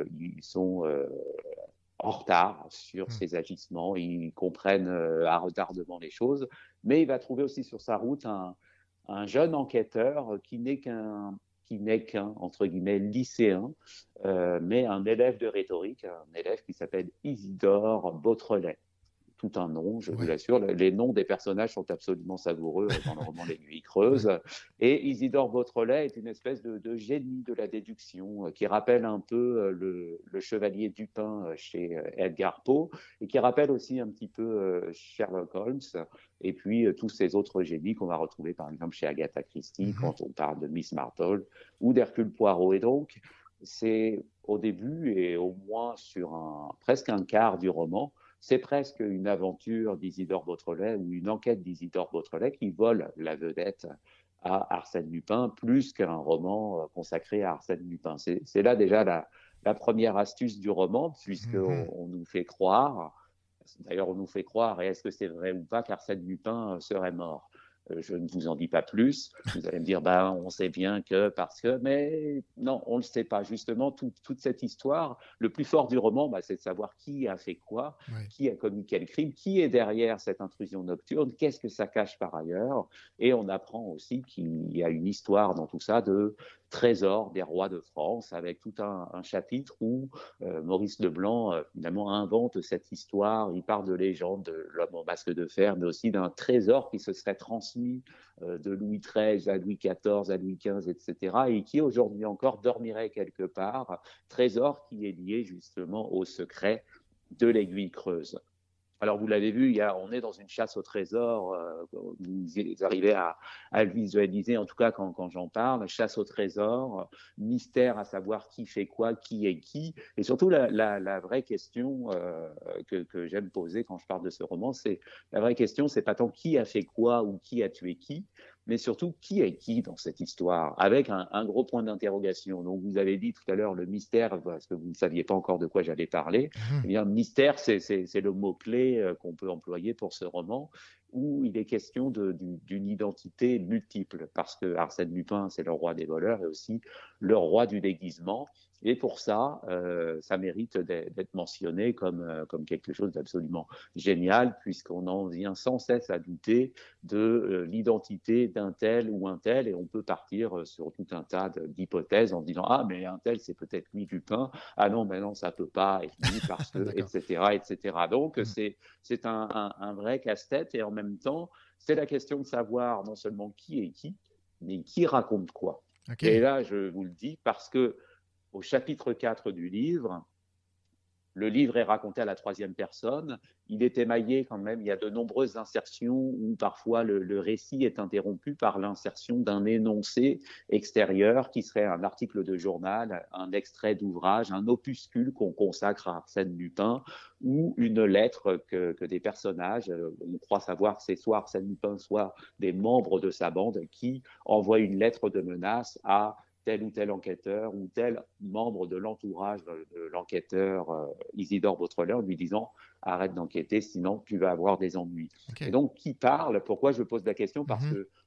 en retard sur ses agissements, ils comprennent à retardement les choses, mais il va trouver aussi sur sa route un jeune enquêteur qui n'est qu'un entre guillemets lycéen, mais un élève de rhétorique, un élève qui s'appelle Isidore Beautrelet. Tout un nom, je vous l'assure. Les noms des personnages sont absolument savoureux dans le roman L'Aiguille creuse. Et Isidore Beautrelet est une espèce de génie de la déduction qui rappelle un peu le chevalier Dupin chez Edgar Poe et qui rappelle aussi un petit peu Sherlock Holmes et puis tous ces autres génies qu'on va retrouver par exemple chez Agatha Christie quand on parle de Miss Marple ou d'Hercule Poirot. Et donc, c'est au début et au moins sur presque un quart du roman, c'est presque une aventure d'Isidore Beautrelet ou une enquête d'Isidore Beautrelet qui vole la vedette à Arsène Lupin plus qu'un roman consacré à Arsène Lupin. C'est là déjà la première astuce du roman, puisqu'on nous fait croire, d'ailleurs on nous fait croire, et est-ce que c'est vrai ou pas, qu'Arsène Lupin serait mort? Je ne vous en dis pas plus. Vous allez me dire, on sait bien que parce que, mais non, on ne le sait pas. Justement, toute cette histoire, le plus fort du roman, c'est de savoir qui a fait quoi, qui a commis quel crime, qui est derrière cette intrusion nocturne, qu'est-ce que ça cache par ailleurs. Et on apprend aussi qu'il y a une histoire dans tout ça de trésors des rois de France, avec tout un chapitre où Maurice Leblanc finalement invente cette histoire. Il parle de légende de l'homme au masque de fer, mais aussi d'un trésor qui se serait transmis de Louis XIII à Louis XIV, à Louis XV, etc., et qui aujourd'hui encore dormirait quelque part, trésor qui est lié justement au secret de l'Aiguille creuse. Alors, vous l'avez vu, on est dans une chasse au trésor, vous arrivez à le visualiser, en tout cas quand j'en parle, chasse au trésor, mystère à savoir qui fait quoi, qui est qui, et surtout la vraie question que j'aime poser quand je parle de ce roman, la vraie question, c'est pas tant qui a fait quoi ou qui a tué qui, mais surtout qui est qui dans cette histoire, avec un gros point d'interrogation. Donc vous avez dit tout à l'heure le mystère, parce que vous ne saviez pas encore de quoi j'allais parler. Eh bien, mystère, c'est le mot-clé qu'on peut employer pour ce roman, où il est question d'une identité multiple, parce que Arsène Lupin, c'est le roi des voleurs et aussi le roi du déguisement. Et pour ça, ça mérite d'être mentionné comme quelque chose d'absolument génial, puisqu'on en vient sans cesse à douter de l'identité d'un tel ou un tel, et on peut partir sur tout un tas d'hypothèses en disant « Ah, mais un tel, c'est peut-être lui Lupin. Ah non, mais non, ça peut pas être lui parce que… » etc., etc. Donc, c'est un vrai casse-tête, et en même temps, c'est la question de savoir non seulement qui est qui, mais qui raconte quoi. Okay. Et là, je vous le dis parce que au chapitre 4 du livre, le livre est raconté à la troisième personne. Il est émaillé quand même, il y a de nombreuses insertions où parfois le récit est interrompu par l'insertion d'un énoncé extérieur qui serait un article de journal, un extrait d'ouvrage, un opuscule qu'on consacre à Arsène Lupin ou une lettre que des personnages, on croit savoir que c'est soit Arsène Lupin, soit des membres de sa bande qui envoient une lettre de menace à tel ou tel enquêteur ou tel membre de l'entourage de l'enquêteur Isidore Beautrelet en lui disant « Arrête d'enquêter, sinon tu vas avoir des ennuis. Okay. » Et donc, qui parle? Pourquoi je pose la question? Parce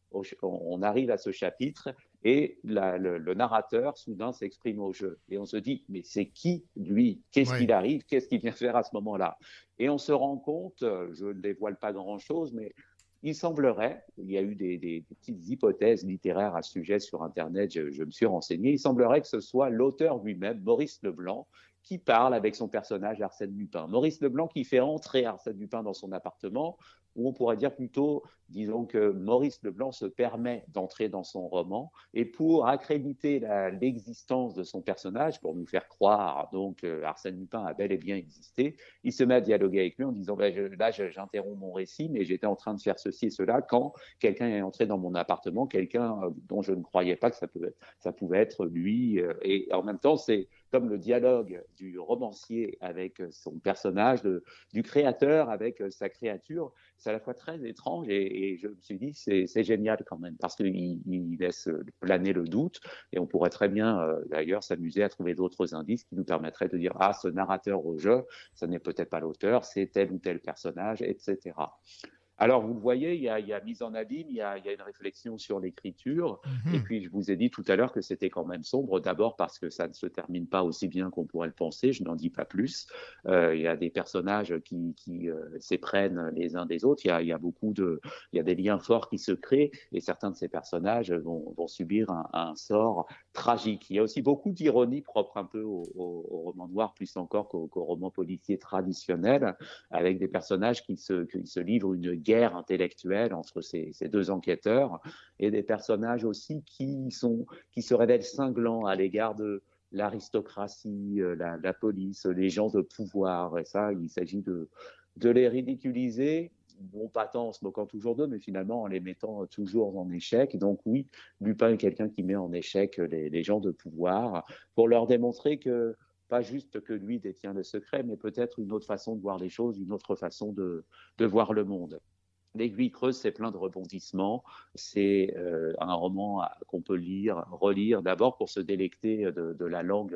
qu'on arrive à ce chapitre et le narrateur, soudain, s'exprime au jeu. Et on se dit « Mais c'est qui, lui? Qu'est-ce qu'il arrive? Qu'est-ce qu'il vient faire à ce moment-là » Et on se rend compte, je ne dévoile pas grand-chose, mais il semblerait, il y a eu des petites hypothèses littéraires à ce sujet sur Internet, je me suis renseigné, il semblerait que ce soit l'auteur lui-même, Maurice Leblanc, qui parle avec son personnage Arsène Lupin. Maurice Leblanc qui fait entrer Arsène Lupin dans son appartement, ou on pourrait dire plutôt, disons que Maurice Leblanc se permet d'entrer dans son roman, et pour accréditer l'existence de son personnage, pour nous faire croire donc Arsène Lupin a bel et bien existé, il se met à dialoguer avec lui en disant là j'interromps mon récit, mais j'étais en train de faire ceci et cela quand quelqu'un est entré dans mon appartement, quelqu'un dont je ne croyais pas que ça pouvait être lui, et en même temps c'est comme le dialogue du romancier avec son personnage, du créateur avec sa créature, c'est à la fois très étrange et je me suis dit c'est génial quand même parce qu'il laisse planer le doute et on pourrait très bien d'ailleurs s'amuser à trouver d'autres indices qui nous permettraient de dire ah ce narrateur au jeu, ce n'est peut-être pas l'auteur, c'est tel ou tel personnage, etc. Alors, vous le voyez, il y a mise en abîme, il y a une réflexion sur l'écriture. Et puis, je vous ai dit tout à l'heure que c'était quand même sombre, d'abord parce que ça ne se termine pas aussi bien qu'on pourrait le penser, je n'en dis pas plus. Il y a des personnages qui s'éprennent les uns des autres, il y a des liens forts qui se créent et certains de ces personnages vont subir un sort tragique. Il y a aussi beaucoup d'ironie propre un peu au roman noir, plus encore qu'au roman policier traditionnel, avec des personnages qui se livrent une guerre intellectuelle entre ces deux enquêteurs et des personnages aussi qui se révèlent cinglants à l'égard de l'aristocratie, la police, les gens de pouvoir. Et ça, il s'agit de les ridiculiser, non pas tant en se moquant toujours d'eux, mais finalement en les mettant toujours en échec. Donc oui, Lupin est quelqu'un qui met en échec les gens de pouvoir pour leur démontrer que pas juste que lui détient le secret, mais peut-être une autre façon de voir les choses, une autre façon de voir le monde. L'Aiguille creuse, c'est plein de rebondissements. C'est un roman qu'on peut lire, relire, d'abord pour se délecter de la langue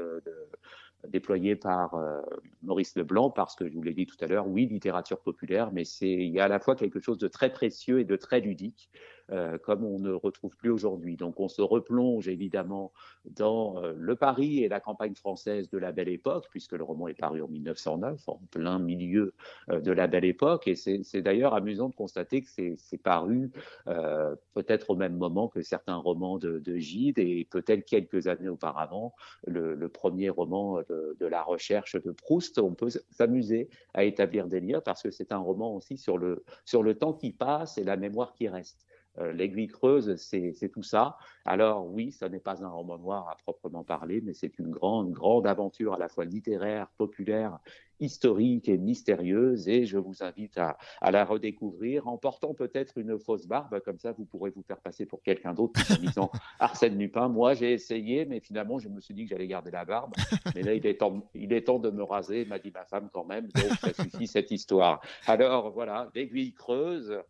déployée par Maurice Leblanc, parce que je vous l'ai dit tout à l'heure, oui, littérature populaire, mais il y a à la fois quelque chose de très précieux et de très ludique, comme on ne retrouve plus aujourd'hui. Donc on se replonge évidemment dans le Paris et la campagne française de la Belle Époque, puisque le roman est paru en 1909, en plein milieu de la Belle Époque, et c'est d'ailleurs amusant de constater que c'est paru peut-être au même moment que certains romans de Gide, et peut-être quelques années auparavant, le premier roman de la recherche de Proust. On peut s'amuser à établir des liens, parce que c'est un roman aussi sur le temps qui passe et la mémoire qui reste. L'Aiguille creuse, c'est tout ça. Alors oui, ça n'est pas un roman noir à proprement parler, mais c'est une grande aventure à la fois littéraire, populaire, historique et mystérieuse, et je vous invite à la redécouvrir en portant peut-être une fausse barbe, comme ça vous pourrez vous faire passer pour quelqu'un d'autre en disant Arsène Lupin. Moi j'ai essayé, mais finalement je me suis dit que j'allais garder la barbe, mais là il est temps de me raser, m'a dit ma femme quand même, donc ça suffit cette histoire. Alors voilà, l'Aiguille creuse.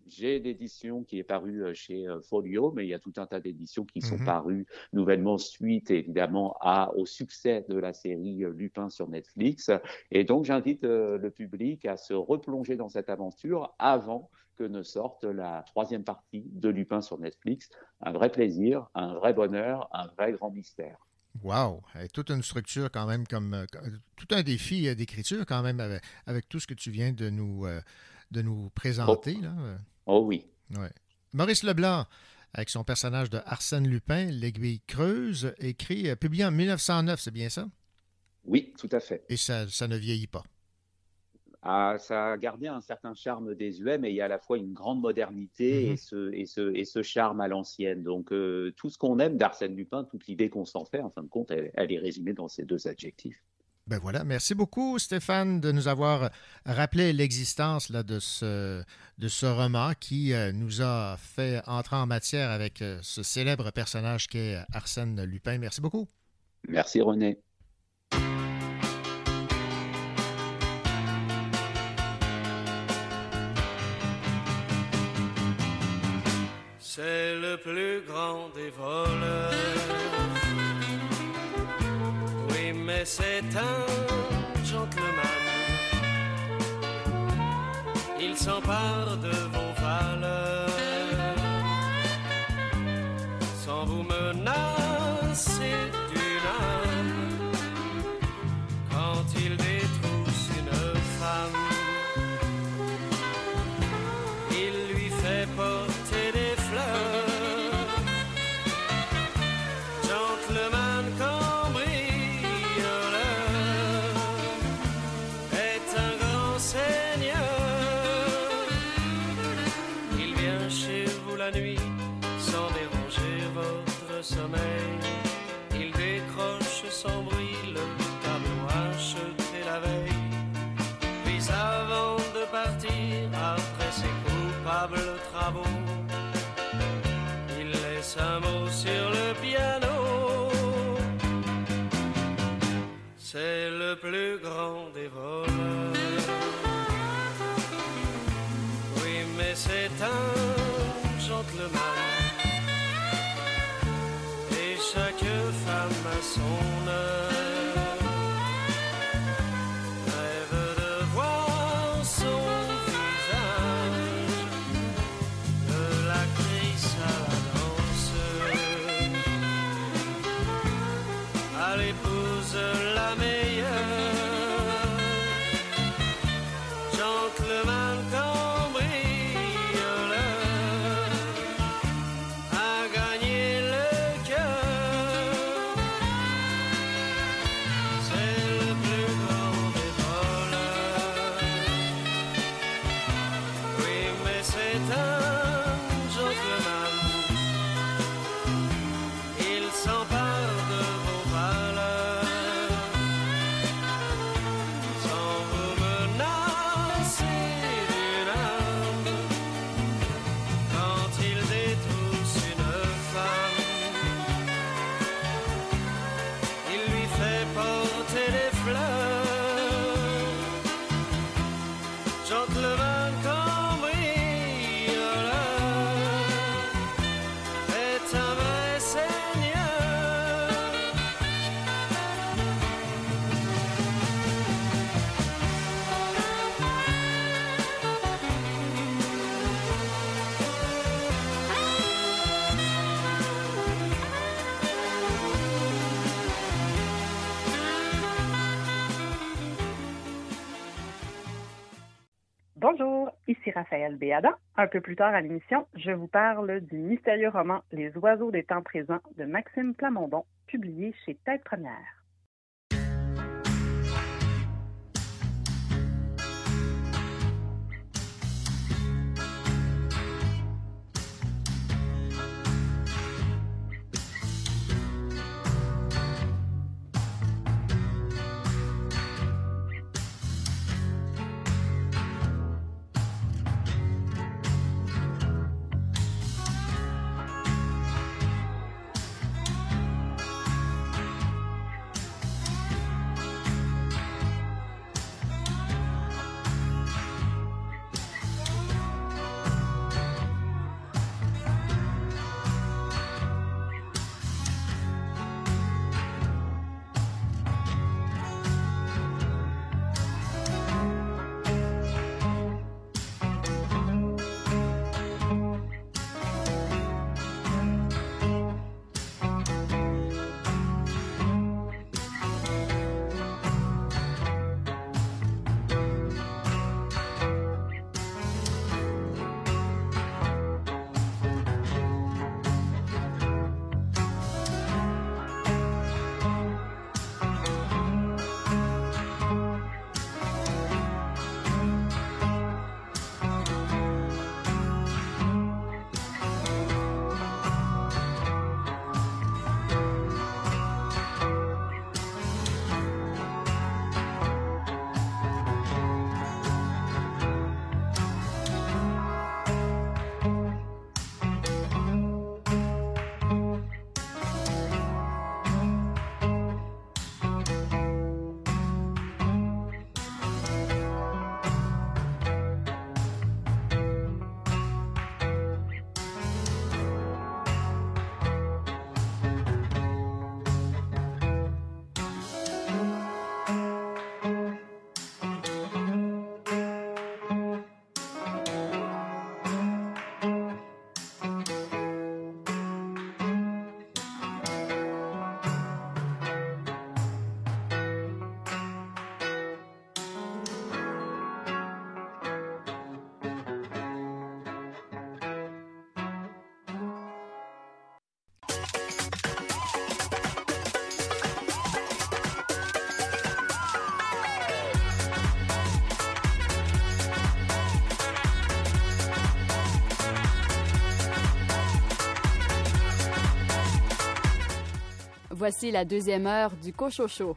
J'ai l'édition qui est parue chez Folio, mais il y a tout un tas d'éditions qui sont parues nouvellement suite, évidemment, au succès de la série Lupin sur Netflix. Et donc, j'invite le public à se replonger dans cette aventure avant que ne sorte la 3e partie de Lupin sur Netflix. Un vrai plaisir, un vrai bonheur, un vrai grand mystère. Wow! Toute une structure quand même, tout un défi d'écriture quand même avec tout ce que tu viens de nous présenter. Là. Oh oui. Ouais. Maurice Leblanc, avec son personnage de Arsène Lupin, L'Aiguille creuse, publié en 1909, c'est bien ça? Oui, tout à fait. Et ça ne vieillit pas. Ça a gardé un certain charme désuet, mais il y a à la fois une grande modernité et ce charme à l'ancienne. Donc, tout ce qu'on aime d'Arsène Lupin, toute l'idée qu'on s'en fait, en fin de compte, elle est résumée dans ces 2 adjectifs. Ben voilà, merci beaucoup Stéphane de nous avoir rappelé l'existence là, de ce roman qui nous a fait entrer en matière avec ce célèbre personnage qu'est Arsène Lupin. Merci beaucoup. Merci René. C'est le plus grand des voleurs. Oui, mais c'est un gentleman. Il s'empare de vos valeurs sans vous menacer d'une arme. Quand il détrousse une femme, il lui fait porter des fleurs. Gentleman cambrioleur est un grand seigneur. Il vient chez vous la nuit sans déranger votre sommeil. Il décroche sans bruit le tableau acheté la veille. Puis avant de partir après ses coupables travaux, il laisse un mot sur le piano. C'est le plus grand des voleurs. Oui, mais c'est un gentleman. Et chaque femme a son heure. Rêve de voir son visage, de l'actrice à la danseuse, à l'épouse la meilleure. Gentleman cambrioleur a gagné le cœur. C'est le plus grand des voleurs. Oui, mais c'est un gentleman. Il s'empare de vos valeurs sans vous menacer d'une arme. Quand il détrousse une femme, il lui fait porter des fleurs. Gentleman cambrioleur est un vrai seigneur. Bonjour, ici Raphaël Béadan. Un peu plus tard à l'émission, je vous parle du mystérieux roman Les oiseaux des temps présents de Maxime Plamondon, publié chez Tête Première. Voici la deuxième heure du Cochocho.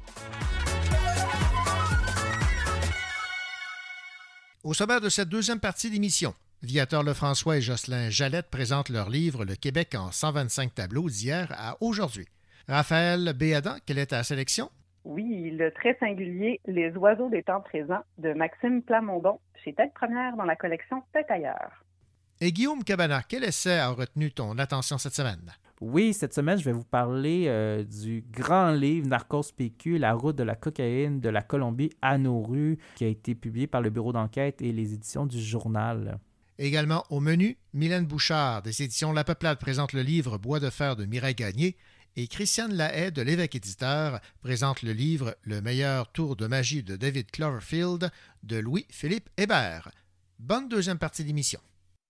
Au sommaire de cette deuxième partie d'émission, Viateur Lefrançois et Jocelyn Jalette présentent leur livre « Le Québec en 125 tableaux » d'hier à aujourd'hui. Raphaël Béadan, quelle est ta sélection? Oui, le très singulier « Les oiseaux des temps présents » de Maxime Plamondon, chez Tête Première dans la collection Tête ailleurs. Et Guillaume Cabana, quel essai a retenu ton attention cette semaine? Oui, cette semaine, je vais vous parler du grand livre Narcos PQ, La route de la cocaïne de la Colombie à nos rues, qui a été publié par le Bureau d'enquête et les éditions du Journal. Également au menu, Mylène Bouchard des éditions La Peuplade présente le livre Bois de fer de Mireille Gagné et Christiane Lahaye de l'Évêque éditeur présente le livre Le meilleur tour de magie de David Cloverfield de Louis-Philippe Hébert. Bonne deuxième partie d'émission.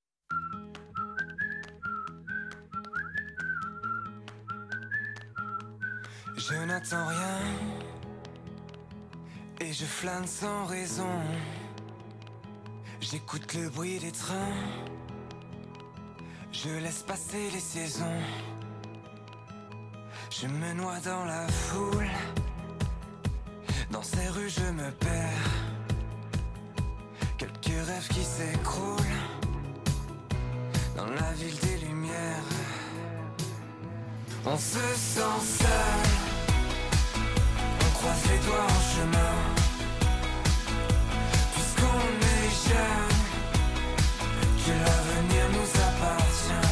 Je n'attends rien et je flâne sans raison. J'écoute le bruit des trains, je laisse passer les saisons. Je me noie dans la foule, dans ces rues je me perds. Quelques rêves qui s'écroulent, dans la ville des lumières. On se sent seul, on croise les doigts en chemin. Puisqu'on est jeune, que l'avenir nous appartient.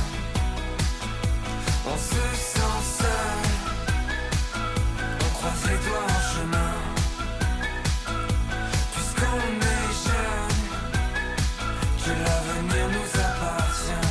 On se sent seul, on croise les doigts en chemin. Puisqu'on est jeune, que l'avenir nous appartient.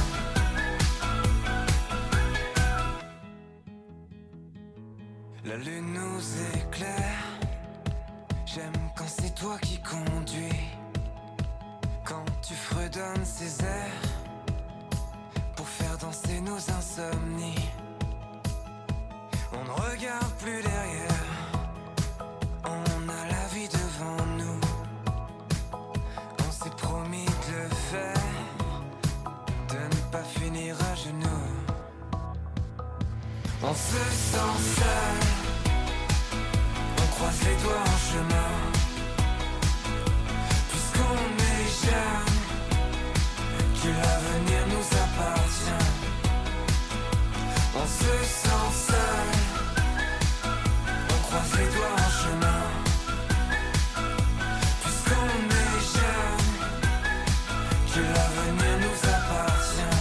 La lune nous éclaire. J'aime quand c'est toi qui conduis. Quand tu fredonnes ces airs pour faire danser nos insomnies. On ne regarde plus derrière, on a la vie devant nous. On s'est promis de le faire, de ne pas finir à genoux. On se sent seul, on croise les doigts en chemin. Puisqu'on est jeune, que l'avenir nous appartient. On se sent seul, on croise les doigts en chemin. Puisqu'on est jeune, que l'avenir nous appartient.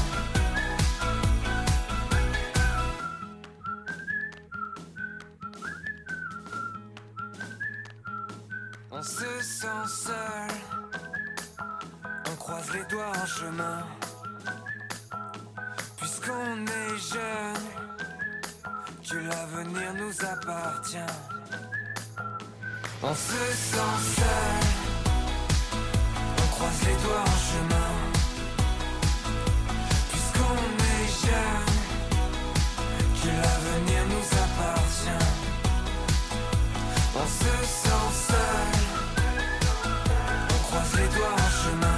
On se sent seul, on croise les doigts en chemin. Puisqu'on est jeune, que l'avenir nous appartient. On se sent seul, on croise les doigts en chemin. Puisqu'on est jeune, que l'avenir nous appartient. On se sent seul, on croise les doigts en chemin.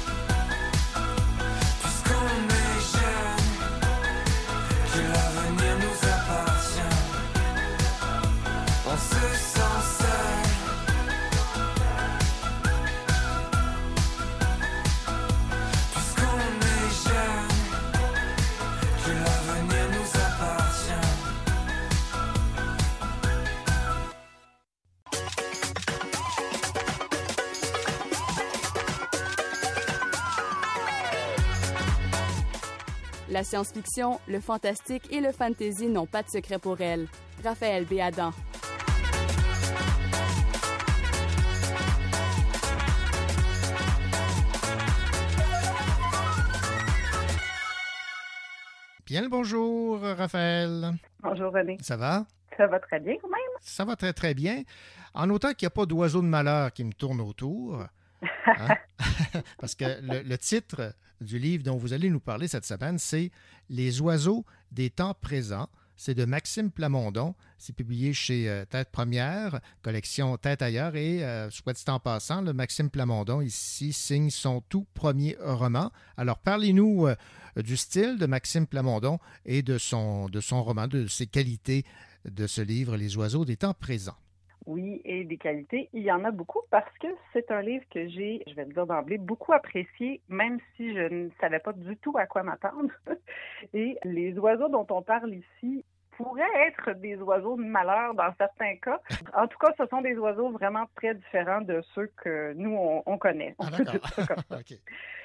Puisqu'on est jeune, que l'avenir nous appartient. On se sent seul, puisqu'on est jeune, que l'avenir nous appartient. La science-fiction, le fantastique et le fantasy n'ont pas de secret pour elle. Raphaël Béadan. Bien le bonjour, Raphaël. Bonjour René. Ça va? Ça va très bien quand même? Ça va très, très bien. En autant qu'il n'y a pas d'oiseau de malheur qui me tourne autour. Hein? Parce que le titre du livre dont vous allez nous parler cette semaine, c'est « Les oiseaux des temps présents ». C'est de Maxime Plamondon. C'est publié chez Tête Première, collection Tête ailleurs. Et, soit dit en passant, le Maxime Plamondon, ici, signe son tout premier roman. Alors, parlez-nous du style de Maxime Plamondon et de son roman, de ses qualités de ce livre, Les oiseaux des temps présents. Oui, et des qualités, il y en a beaucoup parce que c'est un livre que j'ai, je vais le dire d'emblée, beaucoup apprécié, même si je ne savais pas du tout à quoi m'attendre. Et les oiseaux dont on parle ici pourraient être des oiseaux de malheur dans certains cas. En tout cas, ce sont des oiseaux vraiment très différents de ceux que nous, on connaît. On peut dire ça comme ça. Okay.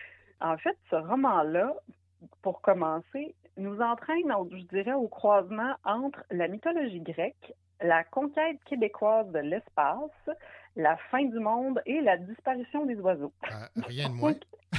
En fait, ce roman-là, pour commencer, nous entraîne, je dirais, au croisement entre la mythologie grecque, la conquête québécoise de l'espace, la fin du monde et la disparition des oiseaux. Rien de moins.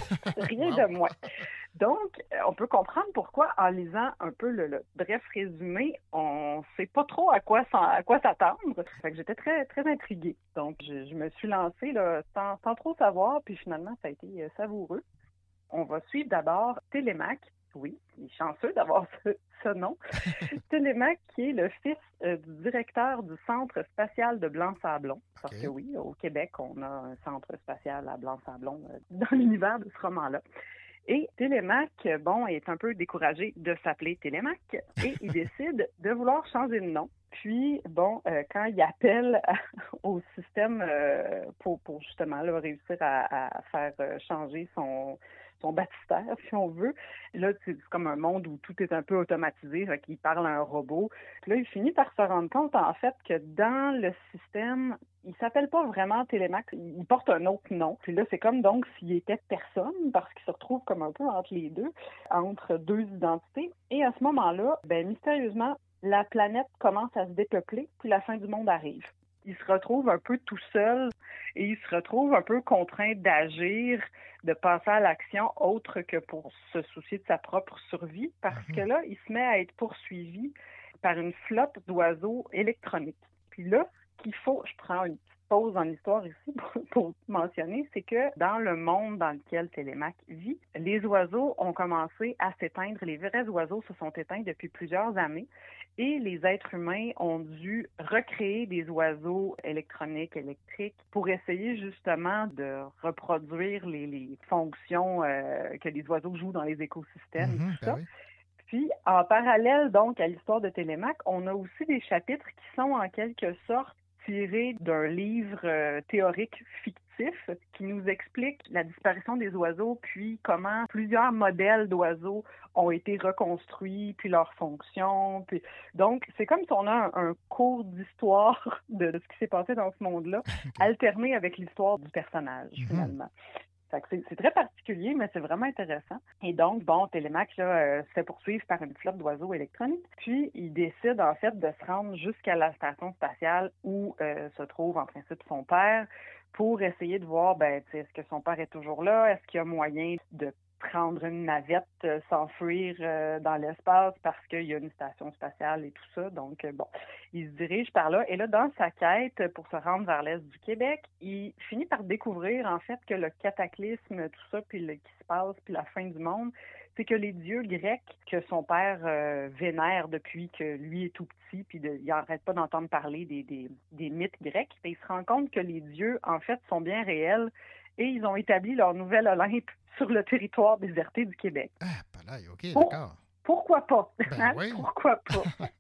Rien de moins. Donc, on peut comprendre pourquoi, en lisant un peu le bref résumé, on ne sait pas trop à quoi s'attendre. Fait que j'étais très, très intriguée. Donc, je me suis lancée là, sans trop savoir, puis finalement, ça a été savoureux. On va suivre d'abord Télémaque. Oui, il est chanceux d'avoir ce nom. Télémaque, qui est le fils du directeur du Centre spatial de Blanc-Sablon. Parce que oui, au Québec, on a un centre spatial à Blanc-Sablon dans l'univers de ce roman-là. Et Télémaque, est un peu découragé de s'appeler Télémaque et il décide de vouloir changer de nom. Puis, quand il appelle au système pour justement là, réussir à faire changer son baptistère, si on veut. Là, c'est comme un monde où tout est un peu automatisé, fait qu'il parle à un robot. Puis là, il finit par se rendre compte, en fait, que dans le système, il s'appelle pas vraiment Télémaque, il porte un autre nom. Puis là, c'est comme donc s'il était personne, parce qu'il se retrouve comme un peu entre les deux, entre deux identités. Et à ce moment-là, mystérieusement, la planète commence à se dépeupler, puis la fin du monde arrive. Il se retrouve un peu tout seul et il se retrouve un peu contraint d'agir, de passer à l'action autre que pour se soucier de sa propre survie, parce que là, il se met à être poursuivi par une flotte d'oiseaux électroniques. Puis là, ce qu'il faut, je prends une petite pause en histoire ici pour mentionner, c'est que dans le monde dans lequel Télémaque vit, les oiseaux ont commencé à s'éteindre. Les vrais oiseaux se sont éteints depuis plusieurs années. Et les êtres humains ont dû recréer des oiseaux électroniques, électriques, pour essayer justement de reproduire les fonctions que les oiseaux jouent dans les écosystèmes et tout ça. Oui. Puis, en parallèle, donc, à l'histoire de Télémaque, on a aussi des chapitres qui sont en quelque sorte tirés d'un livre théorique fictif qui nous explique la disparition des oiseaux, puis comment plusieurs modèles d'oiseaux ont été reconstruits, puis leurs fonctions. Puis... Donc, c'est comme si on a un cours d'histoire de ce qui s'est passé dans ce monde-là, alterné avec l'histoire du personnage, finalement. Fait que c'est très particulier, mais c'est vraiment intéressant. Et donc, Télémaque se fait poursuivre par une flotte d'oiseaux électroniques. Puis, il décide, en fait, de se rendre jusqu'à la station spatiale où se trouve, en principe, son père, pour essayer de voir, est-ce que son père est toujours là? Est-ce qu'il y a moyen de prendre une navette, s'enfuir dans l'espace parce qu'il y a une station spatiale et tout ça. Donc, il se dirige par là. Et là, dans sa quête pour se rendre vers l'est du Québec, il finit par découvrir, en fait, que le cataclysme, tout ça, puis qui se passe, puis la fin du monde, c'est que les dieux grecs que son père vénère depuis que lui est tout petit, puis il n'arrête pas d'entendre parler des mythes grecs, et il se rend compte que les dieux, en fait, sont bien réels et ils ont établi leur nouvel Olympe sur le territoire déserté du Québec. Ah, pas là, OK, d'accord. Pourquoi pas? Oui. Pourquoi pas?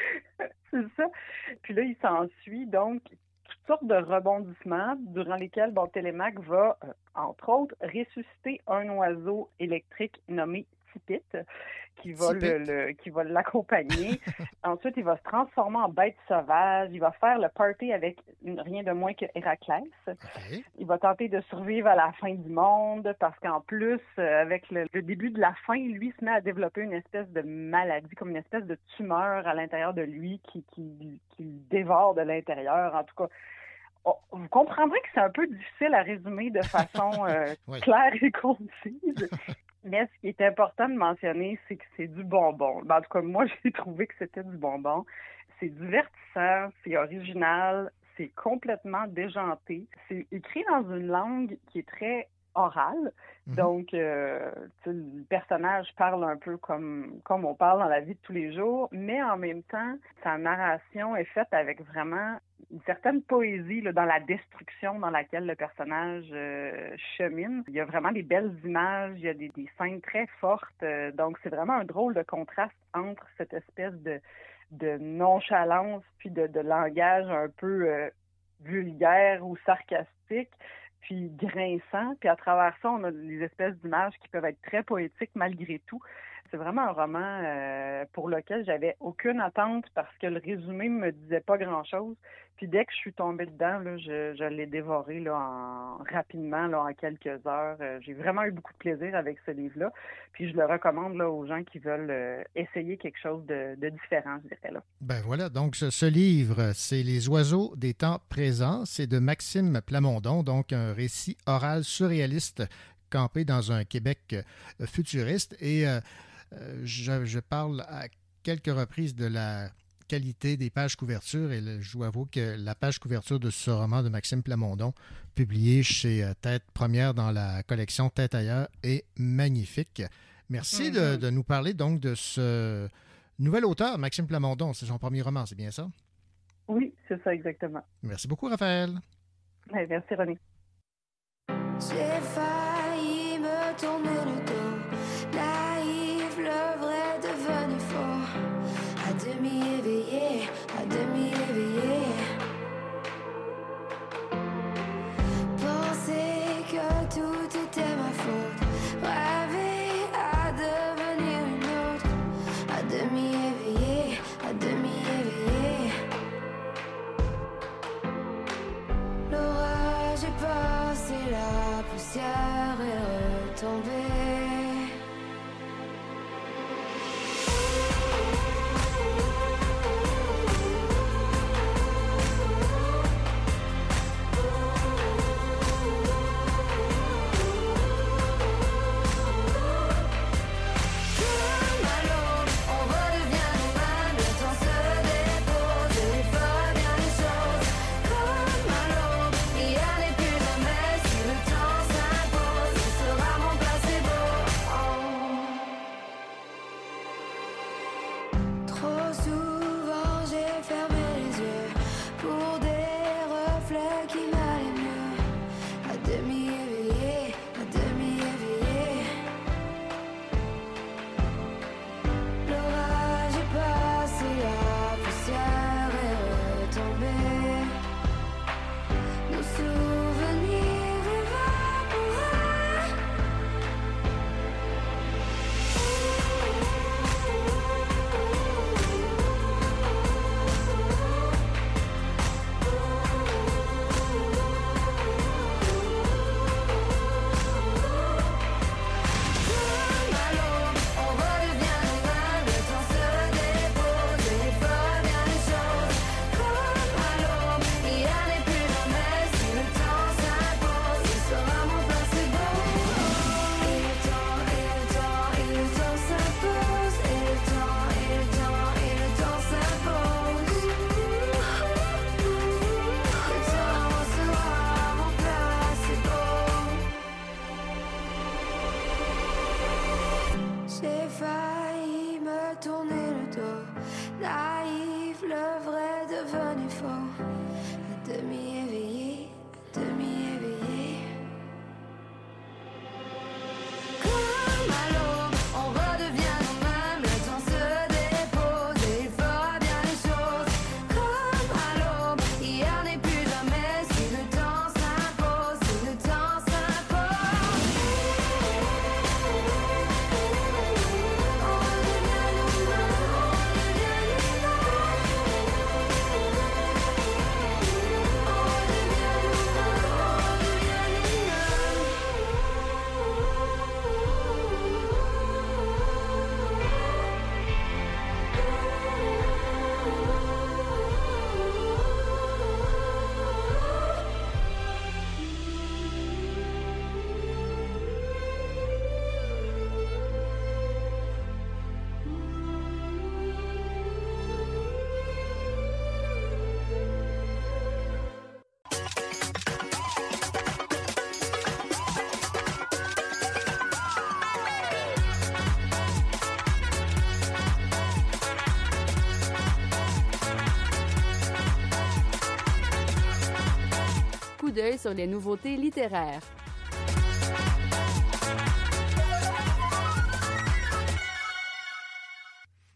C'est ça. Puis là, il s'ensuit donc toutes sortes de rebondissements durant lesquels Télémaque va, entre autres, ressusciter un oiseau électrique nommé Tipit, qui va l'accompagner. Ensuite, il va se transformer en bête sauvage. Il va faire le party avec rien de moins que Héraclès. Okay. Il va tenter de survivre à la fin du monde parce qu'en plus, avec le début de la fin, lui se met à développer une espèce de maladie, comme une espèce de tumeur à l'intérieur de lui qui le dévore de l'intérieur. En tout cas, vous comprendrez que c'est un peu difficile à résumer de façon claire et concise. Mais ce qui est important de mentionner, c'est que c'est du bonbon. En tout cas, moi, j'ai trouvé que c'était du bonbon. C'est divertissant, c'est original, c'est complètement déjanté. C'est écrit dans une langue qui est très orale. Donc, le personnage parle un peu comme on parle dans la vie de tous les jours, mais en même temps, sa narration est faite avec vraiment une certaine poésie là, dans la destruction dans laquelle le personnage chemine. Il y a vraiment des belles images, il y a des scènes très fortes. Donc, c'est vraiment un drôle de contraste entre cette espèce de nonchalance puis de langage un peu vulgaire ou sarcastique, puis grinçant. Puis à travers ça, on a des espèces d'images qui peuvent être très poétiques malgré tout. C'est vraiment un roman pour lequel j'avais aucune attente parce que le résumé me disait pas grand-chose. Puis dès que je suis tombée dedans, là, je l'ai dévoré là, rapidement, là, en quelques heures. J'ai vraiment eu beaucoup de plaisir avec ce livre-là. Puis je le recommande là, aux gens qui veulent essayer quelque chose de différent, je dirais. Là. Ben voilà, donc ce livre, c'est Les oiseaux des temps présents. C'est de Maxime Plamondon, donc un récit oral surréaliste campé dans un Québec futuriste. Et je parle à quelques reprises de la qualité des pages couverture et je vous avoue que la page couverture de ce roman de Maxime Plamondon, publié chez Tête Première dans la collection Tête ailleurs, est magnifique. Merci de nous parler donc de ce nouvel auteur, Maxime Plamondon. C'est son premier roman, c'est bien ça? Oui, c'est ça exactement. Merci beaucoup, Raphaël. Ouais, merci, René. J'ai failli me tourner le dos, naïf, le vrai devenu faux, à demi éveillé, à demi éveillé. Penser que tout était ma faute, rêver à devenir une autre, à demi éveillé, à demi éveillé. L'orage est passé, la poussière est retombée. D'œil sur les nouveautés littéraires.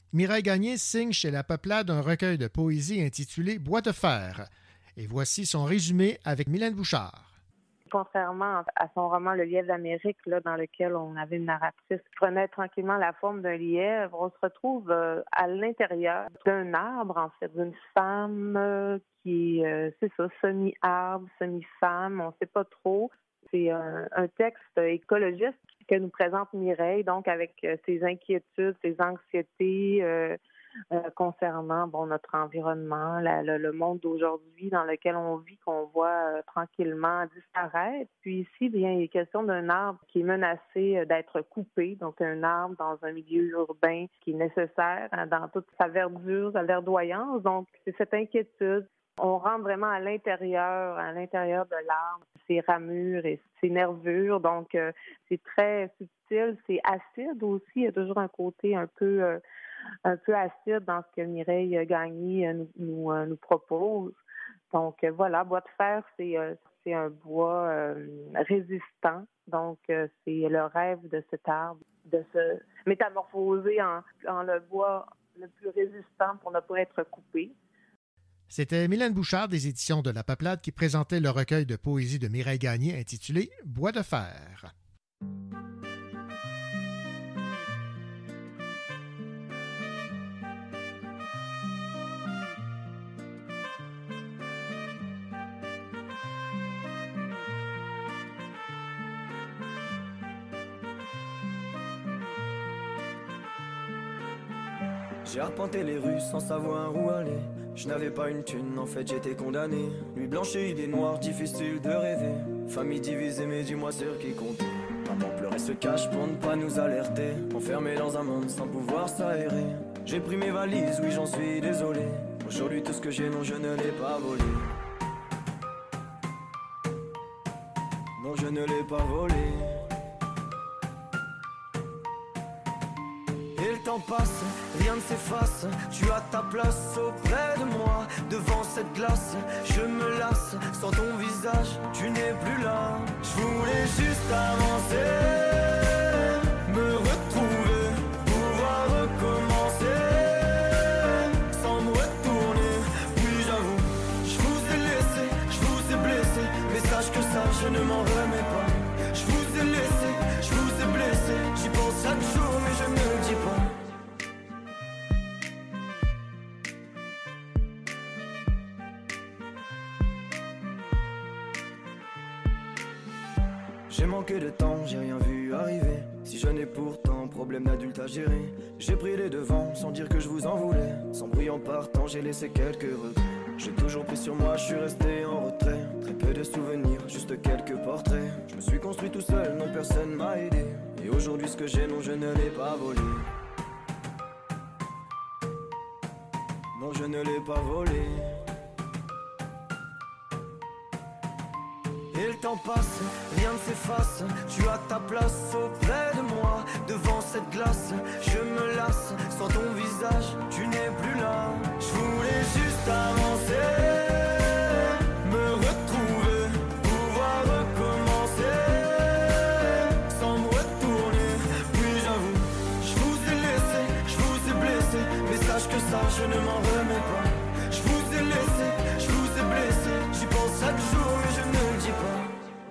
Mireille Gagné signe chez La Peuplade un recueil de poésie intitulé « Bois de fer ». Et voici son résumé avec Mylène Bouchard. Contrairement à son roman Le lièvre d'Amérique, là, dans lequel on avait une narratrice qui prenait tranquillement la forme d'un lièvre, on se retrouve à l'intérieur d'un arbre, en fait, d'une femme qui est, c'est ça, semi-arbre, semi-femme, on ne sait pas trop. C'est un texte écologiste que nous présente Mireille, donc avec ses inquiétudes, ses anxiétés concernant notre environnement, le monde d'aujourd'hui dans lequel on vit, qu'on voit tranquillement disparaître. Puis ici, bien, il est question d'un arbre qui est menacé d'être coupé, donc un arbre dans un milieu urbain qui est nécessaire dans toute sa verdure, sa verdoyance. Donc, c'est cette inquiétude. On rentre vraiment à l'intérieur de l'arbre, ses ramures et ses nervures. Donc, c'est très subtil, c'est acide aussi. Il y a toujours un côté un peu acide dans ce que Mireille Gagné nous propose. Donc, voilà, bois de fer, c'est un bois résistant. Donc, c'est le rêve de cet arbre, de se métamorphoser en le bois le plus résistant pour ne pas être coupé. C'était Mylène Bouchard des éditions de La Peuplade qui présentait le recueil de poésie de Mireille Gagné intitulé « Bois de fer ». J'ai arpenté les rues sans savoir où aller. Je n'avais pas une thune, en fait j'étais condamné. Nuit blanche et idées noires, difficile de rêver. Famille divisée, mais dis-moi sur qui compter. Maman pleurait se cache pour ne pas nous alerter. Enfermé dans un monde sans pouvoir s'aérer. J'ai pris mes valises, oui j'en suis désolé. Aujourd'hui tout ce que j'ai, non je ne l'ai pas volé. Non je ne l'ai pas volé. Et le temps passe, rien ne s'efface. Tu as ta place auprès de moi. Devant cette glace, je me lasse. Sans ton visage, tu n'es plus là. Je voulais juste avancer, me retrouver, pouvoir recommencer, sans me retourner. Puis j'avoue, je vous ai laissé, je vous ai blessé. Mais sache que ça, je ne m'en remets pas. Je vous ai laissé, je vous ai blessé. J'y pense chaque jour, mais je ne le dis pas. J'ai manqué de temps, j'ai rien vu arriver. Si je n'ai pourtant problème d'adulte à gérer. J'ai pris les devants sans dire que je vous en voulais. Sans bruit en partant, j'ai laissé quelques regrets. J'ai toujours pris sur moi, je suis resté en retrait. Très peu de souvenirs, juste quelques portraits. Je me suis construit tout seul, non personne m'a aidé. Et aujourd'hui ce que j'ai, non je ne l'ai pas volé. Non je ne l'ai pas volé. Et le temps passe, rien ne s'efface. Tu as ta place auprès de moi. Devant cette glace, je me lasse. Sans ton visage, tu n'es plus là. Je voulais juste avancer, me retrouver, pouvoir recommencer, sans me retourner. Puis j'avoue, je vous ai laissé, je vous ai blessé. Mais sache que ça, je ne m'en remets pas. Je vous ai laissé, je vous ai blessé. J'y pense chaque jour, mais je ne le dis pas.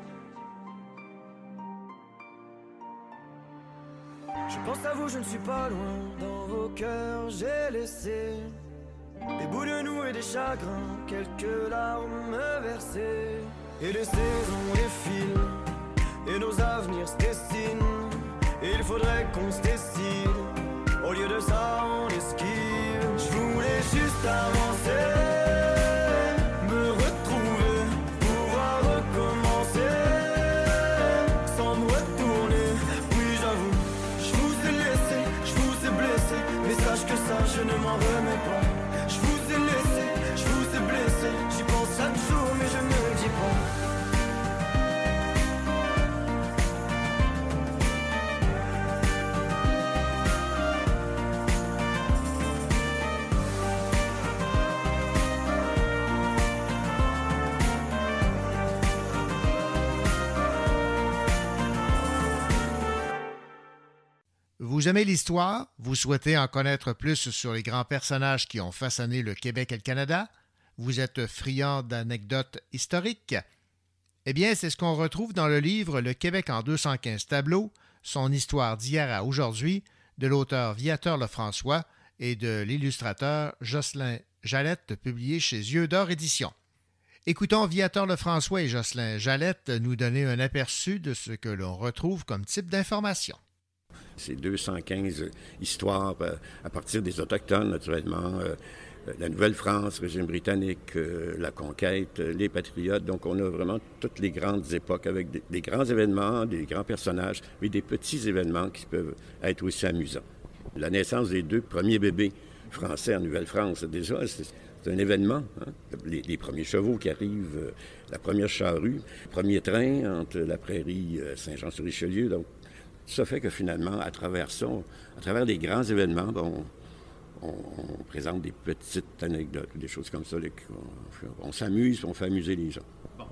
Je pense à vous, je ne suis pas loin. Dans vos cœurs, j'ai laissé des bouts de nous et des chagrins, quelques larmes versées. Et les saisons défilent, et nos avenirs se dessinent. Et il faudrait qu'on se décide. Au lieu de ça, on esquive. Je voulais juste avancer, me retrouver, pouvoir recommencer, sans me retourner. Puis j'avoue, je vous ai laissé, je vous ai blessé. Mais sache que ça, je ne m'en remets pas. Je vous ai laissé, je vous ai blessé. J'y pense chaque jour, mais je ne le dis pas. Vous aimez l'histoire? Vous souhaitez en connaître plus sur les grands personnages qui ont façonné le Québec et le Canada? Vous êtes friand d'anecdotes historiques? Eh bien, c'est ce qu'on retrouve dans le livre « Le Québec en 215 tableaux, son histoire d'hier à aujourd'hui » de l'auteur Viateur Lefrançois et de l'illustrateur Jocelyn Jalette, publié chez Yeux d'Or Éditions. Écoutons Viateur Lefrançois et Jocelyn Jalette nous donner un aperçu de ce que l'on retrouve comme type d'information. C'est 215 histoires à partir des Autochtones, naturellement, la Nouvelle-France, régime britannique, la conquête, les patriotes. Donc, on a vraiment toutes les grandes époques avec des grands événements, des grands personnages, mais des petits événements qui peuvent être aussi amusants. La naissance des 2 premiers bébés français en Nouvelle-France, déjà, c'est un événement. Hein? Les premiers chevaux qui arrivent, la première charrue, le premier train entre la prairie Saint-Jean-sur-Richelieu. Donc, ça fait que finalement, à travers ça, à travers des grands événements, on présente des petites anecdotes, des choses comme ça. On s'amuse, on fait amuser les gens.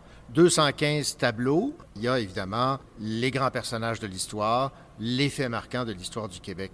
215 tableaux. Il y a évidemment les grands personnages de l'histoire, les faits marquants de l'histoire du Québec.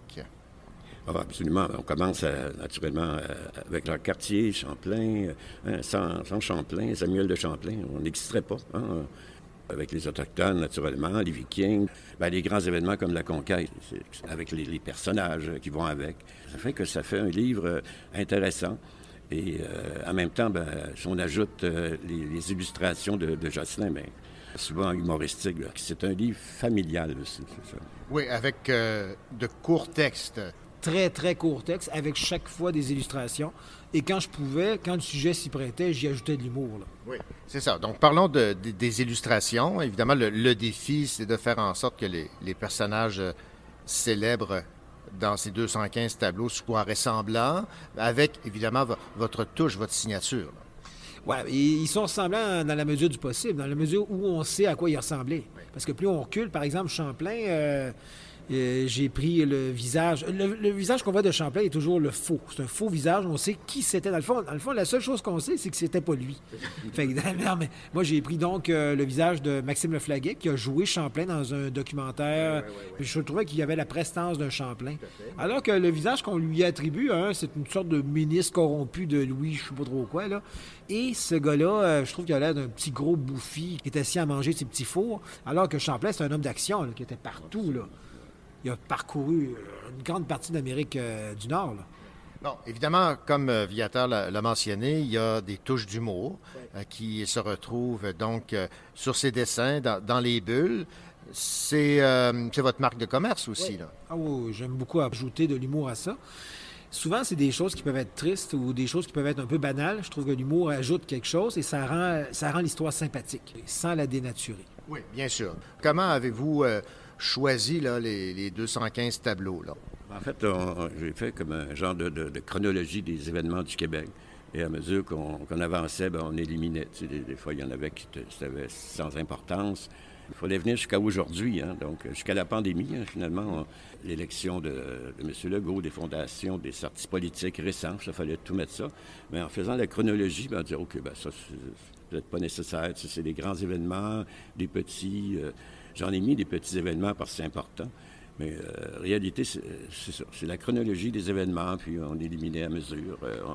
Ah, absolument. On commence naturellement avec Jacques Cartier, Champlain. Sans Champlain, Samuel de Champlain, on n'existerait pas. Hein? Avec les Autochtones, naturellement, les Vikings, les grands événements comme la conquête, avec les personnages qui vont avec. Ça fait que ça fait un livre intéressant. Et en même temps, si on ajoute les illustrations de Jocelyn, souvent humoristique, c'est un livre familial aussi, c'est ça. Oui, avec de courts textes. Très, très courts textes, avec chaque fois des illustrations. Et quand je pouvais, quand le sujet s'y prêtait, j'y ajoutais de l'humour. Là. Oui, c'est ça. Donc, parlons des illustrations. Évidemment, le défi, c'est de faire en sorte que les personnages célèbres dans ces 215 tableaux soient ressemblants, avec, évidemment, votre touche, votre signature. Oui, ils sont ressemblants dans la mesure du possible, dans la mesure où on sait à quoi ils ressemblaient. Oui. Parce que plus on recule, par exemple, Champlain... j'ai pris le visage. Le visage qu'on voit de Champlain est toujours le faux. C'est un faux visage. On sait qui c'était. Dans le fond, la seule chose qu'on sait, c'est que c'était pas lui. Fait que, non, mais moi, j'ai pris donc le visage de Maxime Leflaguet, qui a joué Champlain dans un documentaire. Ouais. Je trouvais qu'il y avait la prestance d'un Champlain. Alors que le visage qu'on lui attribue, c'est une sorte de ministre corrompu de Louis, je sais pas trop quoi, là. Et ce gars-là, je trouve qu'il a l'air d'un petit gros bouffi qui était assis à manger ses petits fours, alors que Champlain, c'est un homme d'action, là, qui était partout, là. Il a parcouru une grande partie d'Amérique du Nord. Là. Bon, évidemment, comme Viateur l'a mentionné, il y a des touches d'humour qui se retrouvent donc sur ces dessins, dans les bulles. C'est votre marque de commerce aussi. Oui. Là. Ah oui, j'aime beaucoup ajouter de l'humour à ça. Souvent, c'est des choses qui peuvent être tristes ou des choses qui peuvent être un peu banales. Je trouve que l'humour ajoute quelque chose et ça rend l'histoire sympathique, sans la dénaturer. Oui, bien sûr. Comment avez-vous... choisi là, les 215 tableaux. Là. En fait, j'ai fait comme un genre de chronologie des événements du Québec. Et à mesure qu'on avançait, on éliminait. Tu sais, des fois, il y en avait qui étaient sans importance. Il fallait venir jusqu'à aujourd'hui, hein, donc jusqu'à la pandémie, finalement, l'élection de M. Legault, des fondations, des sorties politiques récentes, il fallait tout mettre ça. Mais en faisant la chronologie, on dit OK, ça, c'est peut-être pas nécessaire. Tu sais, c'est des grands événements, des petits... J'en ai mis des petits événements parce que c'est important, mais en réalité, c'est ça. C'est la chronologie des événements, puis on éliminait à mesure.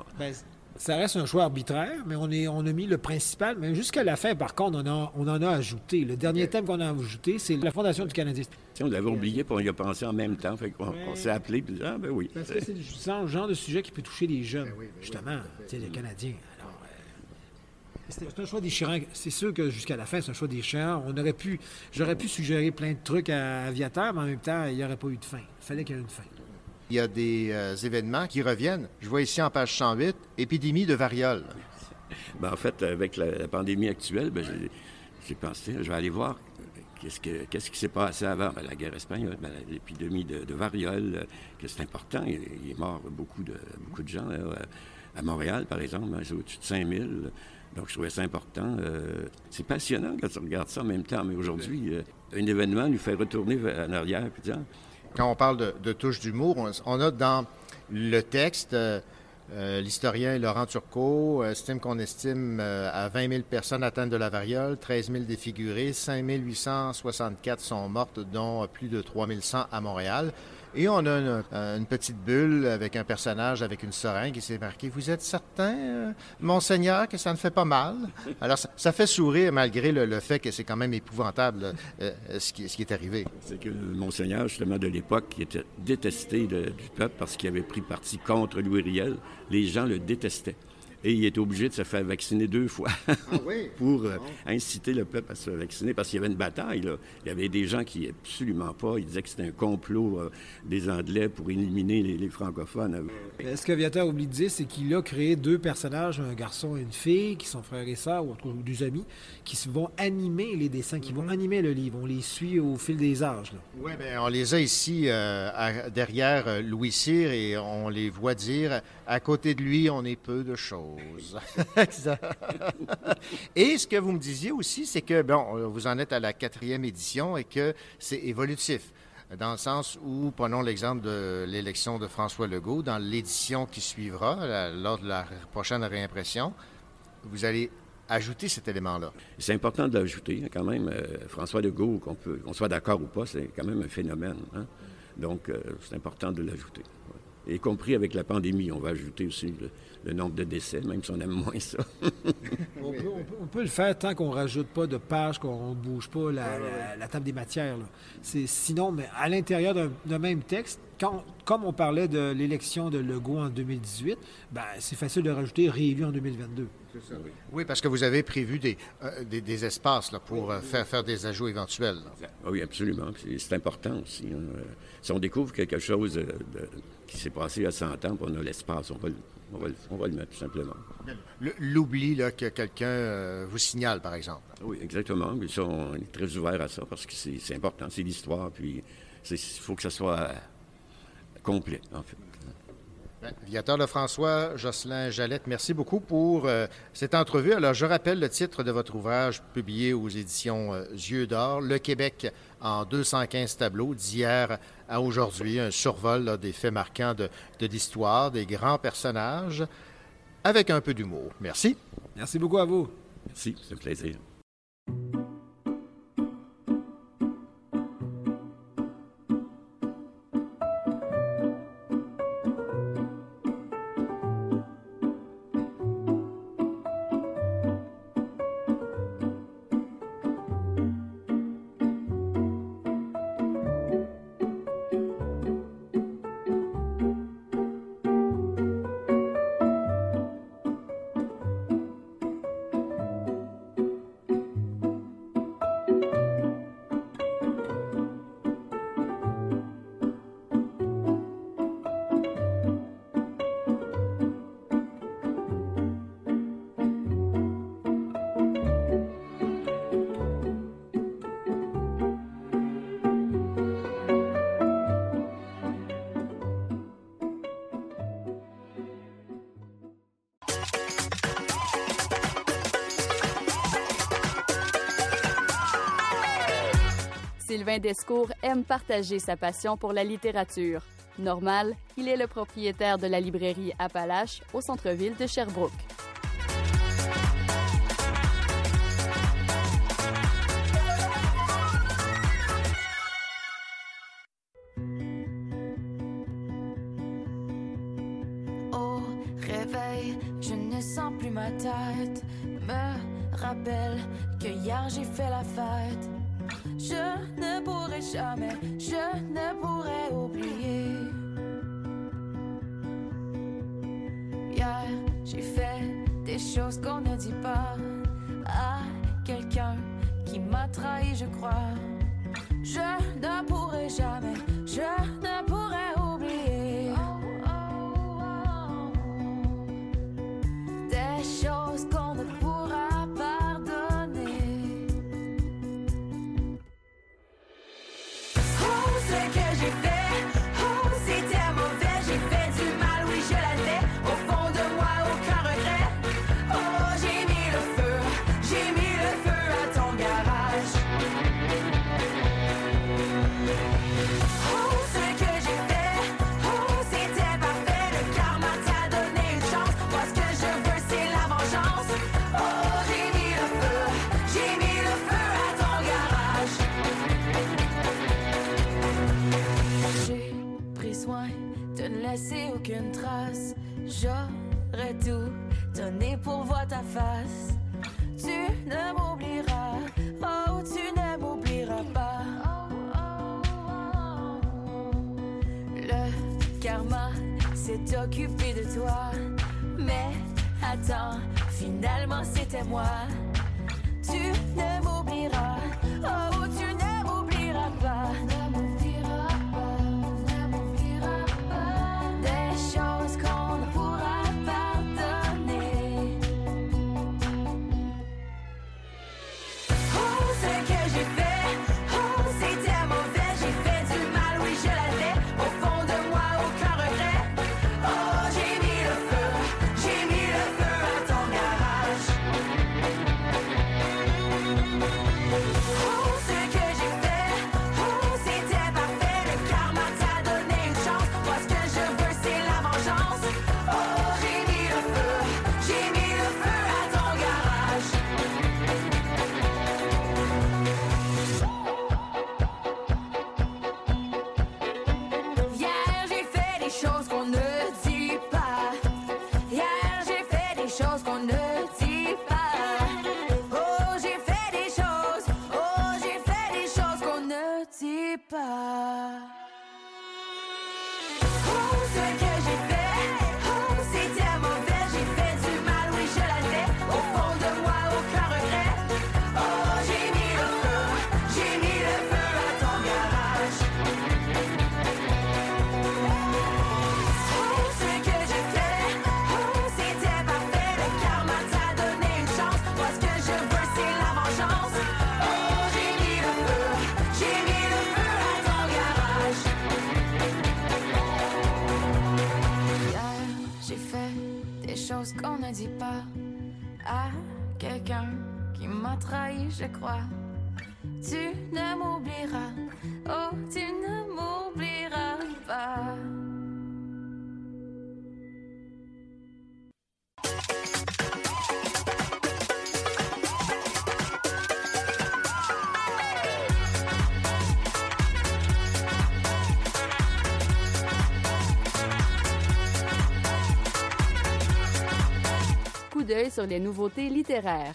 Ça reste un choix arbitraire, mais on a mis le principal. Mais jusqu'à la fin, par contre, on en a ajouté. Le dernier thème qu'on a ajouté, c'est la Fondation du Canadien. On l'avait oublié, puis on y a pensé en même temps. Fait qu'on s'est appelé, puis oui. Parce que c'est le genre de sujet qui peut toucher les jeunes, justement, les Canadiens. C'est un choix déchirant. C'est sûr que jusqu'à la fin, c'est un choix déchirant. J'aurais pu suggérer plein de trucs à Aviateur, mais en même temps, il n'y aurait pas eu de fin. Il fallait qu'il y ait une fin. Il y a des événements qui reviennent. Je vois ici en page 108, épidémie de variole. En fait, avec la pandémie actuelle, j'ai pensé, je vais aller voir qu'est-ce qui s'est passé avant. La guerre espagnole, l'épidémie de variole, que c'est important. Il est mort beaucoup de gens. Là, à Montréal, par exemple, c'est au-dessus de 5000. Donc, je trouvais ça important. C'est passionnant quand tu regardes ça en même temps. Mais aujourd'hui, un événement nous fait retourner en arrière. Puis quand on parle de touche d'humour, on a dans le texte, l'historien Laurent Turcot estime qu'on estime à 20 000 personnes atteintes de la variole, 13 000 défigurées, 5 864 sont mortes, dont plus de 3 100 à Montréal. Et on a une petite bulle avec un personnage avec une seringue et c'est marqué « Vous êtes certain, Monseigneur, que ça ne fait pas mal? » Alors, ça fait sourire malgré le fait que c'est quand même épouvantable ce qui est arrivé. C'est que Monseigneur, justement, de l'époque, qui était détesté du peuple parce qu'il avait pris parti contre Louis Riel, les gens le détestaient. Et il était obligé de se faire vacciner 2 fois pour inciter le peuple à se vacciner, parce qu'il y avait une bataille, là. Il y avait des gens qui absolument pas, ils disaient que c'était un complot des Anglais pour éliminer les francophones. Ce qu'Aviateur oublie de dire, c'est qu'il a créé 2 personnages, un garçon et une fille, qui sont frères et sœurs, ou des amis, qui vont animer les dessins, qui vont animer le livre. On les suit au fil des âges. Oui, bien, on les a ici derrière Louis Cyr et on les voit dire « À côté de lui, on est peu de choses. » Et ce que vous me disiez aussi, c'est que, bon, vous en êtes à la 4e édition et que c'est évolutif. Dans le sens où, prenons l'exemple de l'élection de François Legault, dans l'édition qui suivra, lors de la prochaine réimpression, vous allez ajouter cet élément-là. C'est important de l'ajouter, quand même. François Legault, qu'on soit d'accord ou pas, c'est quand même un phénomène. Hein? Donc, c'est important de l'ajouter. Y compris avec la pandémie, on va ajouter aussi le nombre de décès, même si on aime moins ça. on peut le faire tant qu'on ne rajoute pas de pages, qu'on ne bouge pas la table des matières. Là. Sinon, mais à l'intérieur d'un même texte, comme on parlait de l'élection de Legault en 2018, ben, c'est facile de rajouter « réélu en 2022 ». C'est ça, oui. Oui, parce que vous avez prévu des espaces là, pour faire des ajouts éventuels. Là. Oui, absolument. C'est important aussi. Hein. Si on découvre quelque chose qui s'est passé il y a 100 ans, on a l'espace, on va le mettre, tout simplement. L'oubli là, que quelqu'un vous signale, par exemple. Oui, exactement. Mais ça, on est très ouvert à ça parce que c'est important, c'est l'histoire, puis il faut que ça soit complet, en fait. Aviateur Lefrançois, Jocelyn Jalette, merci beaucoup pour cette entrevue. Alors, je rappelle le titre de votre ouvrage publié aux éditions Yeux d'or, Le Québec en 215 tableaux, d'hier à aujourd'hui, un survol là, des faits marquants de l'histoire, des grands personnages, avec un peu d'humour. Merci. Merci beaucoup à vous. Merci, c'est un plaisir. Sylvain Descours aime partager sa passion pour la littérature. Normal, il est le propriétaire de la librairie Appalache au centre-ville de Sherbrooke. Au réveil, je ne sens plus ma tête. Me rappelle que hier j'ai fait la fête. Je ne pourrai jamais, je ne pourrai oublier. Hier, j'ai fait des choses qu'on ne dit pas à quelqu'un qui m'a trahi, je crois. Je ne pourrai jamais, je ne pourrai oublier. Des choses qu'on ne pourra pardonner. Ce que j'ai fait, oh c'était mauvais, j'ai fait du mal, oui je l'admets, au fond de moi aucun regret. Oh j'ai mis le feu à ton garage. besoin de ne laisser aucune trace. J'aurais tout donné pour voir ta face. Tu ne m'oublieras, oh, tu ne m'oublieras pas. Le karma s'est occupé de toi, mais attends, finalement c'était moi. Tu ne m'oublieras, oh, tu ne m'oublieras pas. Ne m'oublieras pas, ne m'oublieras pas. Des choses qu'on ne pourra pardonner. Oh, ce que j'ai fait, oh, c'était mauvais. J'ai fait du mal, oui, je l'avais. Au fond de moi, aucun regret. Oh, j'ai mis le feu à ton garage. Oh, ce que j'ai fait, oh, c'était parfait. Le karma t'a donné une chance. Moi, ce que je veux, c'est la vengeance. Oh, j'ai mis le feu à ton garage. Hier, j'ai fait des choses qu'on ne dit pas. Hier, j'ai fait des choses qu'on ne dit pas. Oh, j'ai fait des choses qu'on ne dit pas. Oh, ce que j'ai fait, oh, c'était mauvais. J'ai fait du mal, oui, je l'avais. Au fond de moi, aucun regret. Oh, j'ai mis le feu à ton garage. Oh, ce que j'ai fait, oh, c'était parfait. Le karma t'a donné une chance. Moi, ce que je veux, c'est la vengeance. Oh, j'ai mis le feu à ton garage. Hier, j'ai fait des choses qu'on ne dit pas à quelqu'un qui m'a trahi, je crois. Tu ne m'oublieras, oh, tu ne m'oublieras pas. Coup d'œil sur les nouveautés littéraires.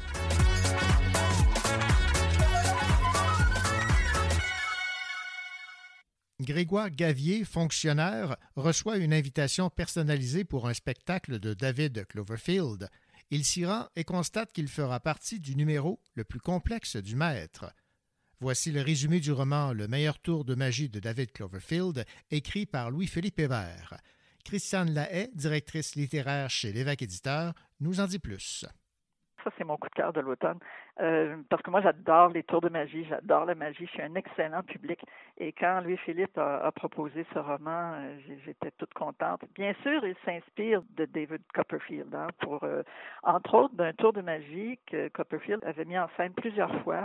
Grégoire Gavier, fonctionnaire, reçoit une invitation personnalisée pour un spectacle de David Cloverfield. Il s'y rend et constate qu'il fera partie du numéro le plus complexe du maître. Voici le résumé du roman Le meilleur tour de magie de David Cloverfield, écrit par Louis-Philippe Hébert. Christiane Lahaye, directrice littéraire chez l'Évêque Éditeur, nous en dit plus. Ça, c'est mon coup de cœur de l'automne. Parce que moi, j'adore les tours de magie, j'adore la magie, je suis un excellent public. Et quand Louis-Philippe a proposé ce roman, j'étais toute contente. Bien sûr, il s'inspire de David Copperfield, pour, entre autres, d'un tour de magie que Copperfield avait mis en scène plusieurs fois.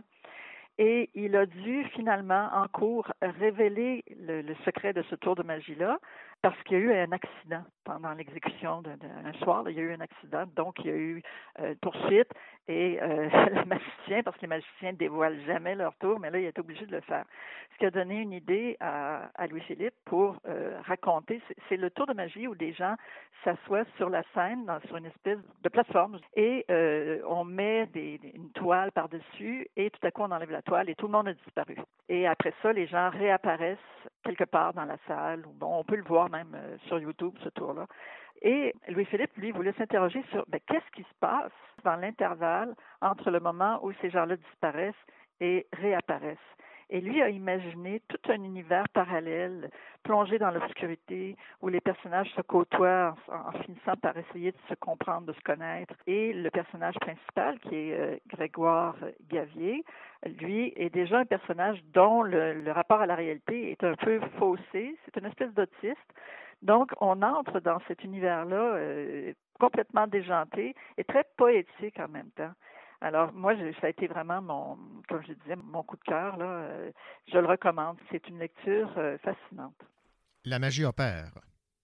Et il a dû finalement, en cours, révéler le secret de ce tour de magie-là parce qu'il y a eu un accident pendant l'exécution d'un soir. Là, il y a eu un accident, donc il y a eu poursuite et le magicien, parce que les magiciens ne dévoilent jamais leur tour, mais là, il est obligé de le faire. Ce qui a donné une idée à Louis-Philippe pour raconter, c'est le tour de magie où des gens s'assoient sur la scène, sur une espèce de plateforme, et on met une toile par-dessus, et tout à coup, on enlève la toile, et tout le monde a disparu. Et après ça, les gens réapparaissent quelque part dans la salle. Bon, on peut le voir même sur YouTube, ce tour-là. Et Louis-Philippe, lui, voulait s'interroger sur qu'est-ce qui se passe dans l'intervalle entre le moment où ces gens-là disparaissent et réapparaissent. Et lui a imaginé tout un univers parallèle, plongé dans l'obscurité, où les personnages se côtoient en finissant par essayer de se comprendre, de se connaître. Et le personnage principal, qui est Grégoire Gavier, lui, est déjà un personnage dont le rapport à la réalité est un peu faussé. C'est une espèce d'autiste. Donc, on entre dans cet univers-là complètement déjanté et très poétique en même temps. Alors, moi, ça a été vraiment comme je disais, mon coup de cœur, là. Je le recommande. C'est une lecture fascinante. La magie opère.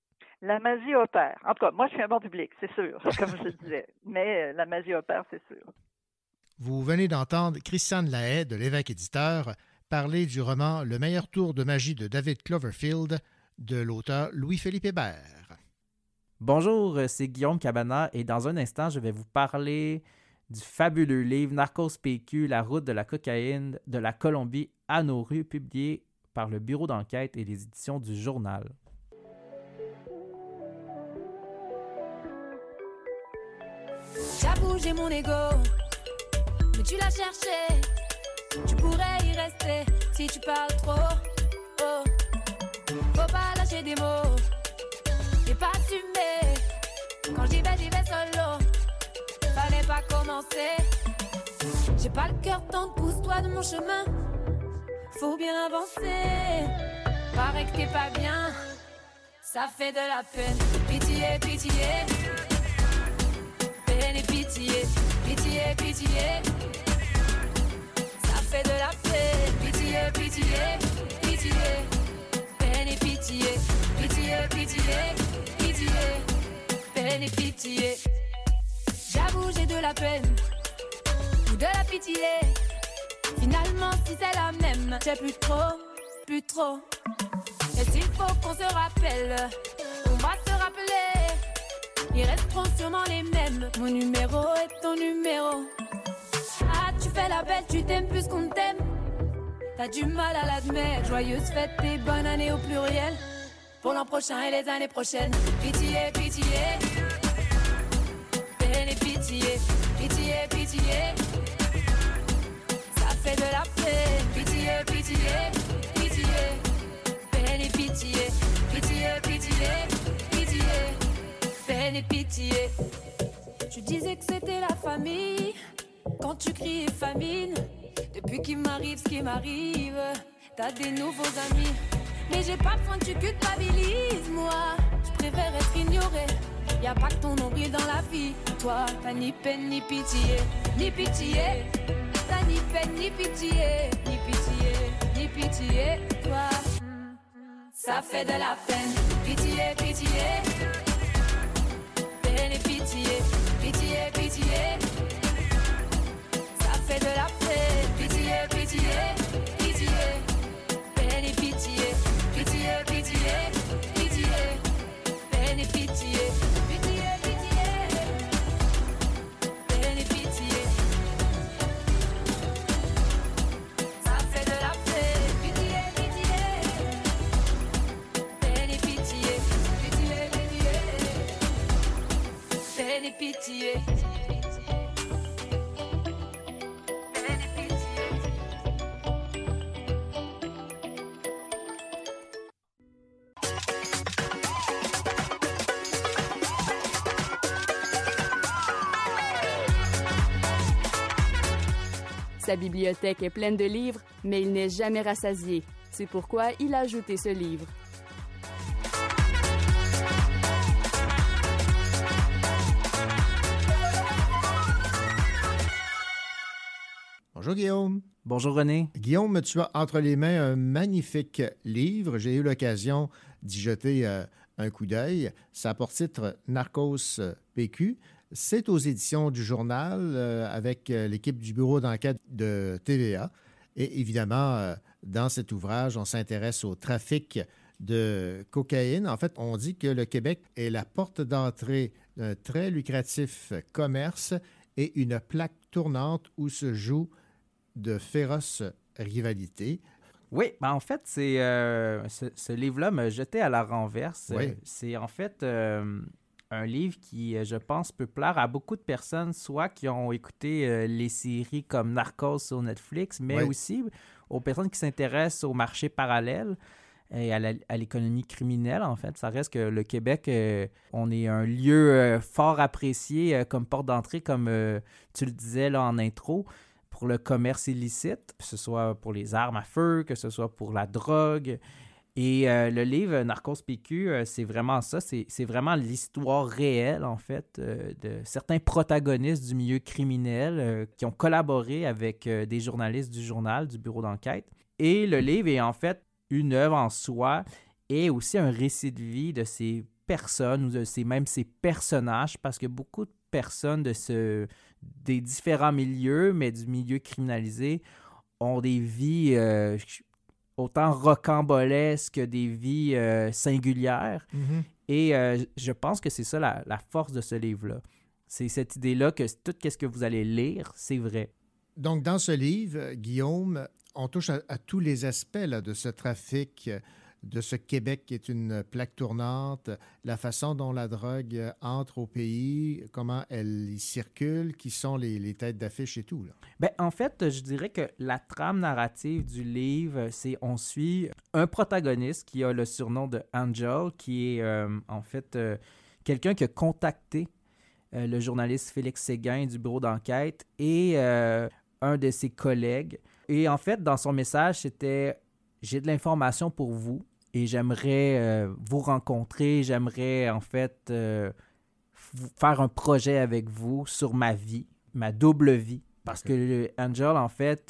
La magie opère. En tout cas, moi, je suis un bon public, c'est sûr, comme je disais. Mais la magie opère, c'est sûr. Vous venez d'entendre Christiane Lahaye de l'Évêque Éditeur parler du roman Le meilleur tour de magie de David Cloverfield, de l'auteur Louis-Philippe Hébert. Bonjour, c'est Guillaume Cabana et dans un instant, je vais vous parler du fabuleux livre Narcos PQ, la route de la cocaïne de la Colombie à nos rues, publié par le Bureau d'enquête et les éditions du Journal. J'avoue, j'ai mon ego, mais tu l'as cherché. Tu pourrais y rester si tu parles trop. Oh. Faut pas lâcher des mots et pas assumer. Quand j'y vais solo. Fallait pas commencer. J'ai pas le cœur tendre, pousse-toi de mon chemin. Faut bien avancer. Paraît que t'es pas bien, ça fait de la peine. Pitié, pitié. Peine et pitié. Pitié, pitié. Ça fait de la peine. Pitié, pitié. Pitié. Peine et pitié. Pitié, pitié. Pitié. Peine et pitié. J'avoue, j'ai de la peine ou de la pitié. Finalement, si c'est la même, j'ai plus trop. Et s'il faut qu'on se rappelle, on va se rappeler. Ils resteront sûrement les mêmes. Mon numéro est ton numéro. Ah, tu fais la belle, tu t'aimes plus qu'on t'aime. T'as du mal à l'admettre. Joyeuses fêtes et bonne année au pluriel. Pour l'an prochain et les années prochaines. Pitié, pitié. Peine et pitié, pitié, pitié. Ça fait de la peine. Pitié, pitié, pitié. Peine et pitié, pitié, pitié, pitié. Peine et pitié. Tu disais que c'était la famille quand tu criais famine. Depuis qu'il m'arrive ce qui m'arrive, t'as des nouveaux amis. Mais j'ai pas besoin que tu culpabilises, moi. Je préfère être ignorée. Y'a pas que ton nombril dans la vie. Toi, t'as ni peine ni pitié. Ni pitié. T'as ni peine ni pitié. Ni pitié, ni pitié. Toi, ça fait de la peine. Pitié, pitié. Peine et pitié. Pitié, pitié. Ça fait de la peine. Pitié, pitié. Pitié. Peine et pitié. Pitié, pitié. Pitié. Peine et pitié. Pitié, pitié. Peine et pitié. Ça fait de la peine. Pitié, pitié. Peine et pitié. Pitié, pitié. Peine et pitié. Sa bibliothèque est pleine de livres, mais il n'est jamais rassasié. C'est pourquoi il a ajouté ce livre. Bonjour Guillaume. Bonjour René. Guillaume, tu as entre les mains un magnifique livre. J'ai eu l'occasion d'y jeter un coup d'œil. Ça a pour titre Narcos PQ. C'est aux éditions du Journal avec l'équipe du bureau d'enquête de TVA. Et évidemment, dans cet ouvrage, on s'intéresse au trafic de cocaïne. En fait, on dit que le Québec est la porte d'entrée d'un très lucratif commerce et une plaque tournante où se jouent de féroces rivalités. Oui, ben en fait, ce livre-là m'a jeté à la renverse. Oui. C'est en fait un livre qui, je pense, peut plaire à beaucoup de personnes, soit qui ont écouté les séries comme Narcos sur Netflix, mais aussi aux personnes qui s'intéressent au marché parallèle et à l'économie criminelle, en fait. Ça reste que le Québec, on est un lieu fort apprécié comme porte d'entrée, comme tu le disais là en intro, pour le commerce illicite, que ce soit pour les armes à feu, que ce soit pour la drogue. Et le livre Narcos PQ, c'est vraiment ça. C'est vraiment l'histoire réelle, en fait, de certains protagonistes du milieu criminel qui ont collaboré avec des journalistes du Journal, du bureau d'enquête. Et le livre est en fait une œuvre en soi et aussi un récit de vie de ces personnes ou de ces personnages, parce que beaucoup de personnes des différents milieux, mais du milieu criminalisé, ont des vies autant rocambolesques que des vies singulières. Mhm. Et je pense que c'est ça la force de ce livre-là. C'est cette idée-là que tout ce que vous allez lire, c'est vrai. Donc, dans ce livre, Guillaume, on touche à tous les aspects là, de ce trafic, de ce Québec qui est une plaque tournante, la façon dont la drogue entre au pays, comment elle y circule, qui sont les têtes d'affiche et tout. Là. Ben, en fait, je dirais que la trame narrative du livre, c'est on suit un protagoniste qui a le surnom de Angel, qui est en fait quelqu'un qui a contacté le journaliste Félix Séguin du bureau d'enquête et un de ses collègues. Et en fait, dans son message, c'était « J'ai de l'information pour vous et j'aimerais vous rencontrer, j'aimerais en fait faire un projet avec vous sur ma vie, ma double vie. » Parce que Angel, en fait,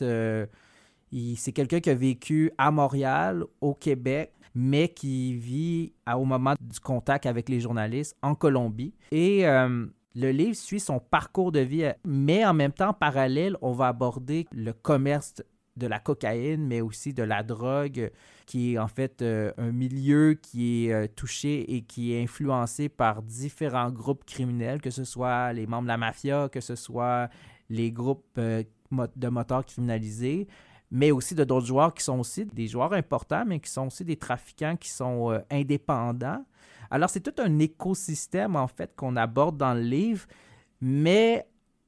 c'est quelqu'un qui a vécu à Montréal, au Québec, mais qui vit au moment du contact avec les journalistes en Colombie. Et le livre suit son parcours de vie, mais en même temps, en parallèle, on va aborder le commerce de la cocaïne, mais aussi de la drogue, qui est en fait un milieu qui est touché et qui est influencé par différents groupes criminels, que ce soit les membres de la mafia, que ce soit les groupes de motards criminalisés, mais aussi de d'autres joueurs qui sont aussi des joueurs importants, mais qui sont aussi des trafiquants qui sont indépendants. Alors, c'est tout un écosystème, en fait, qu'on aborde dans le livre, mais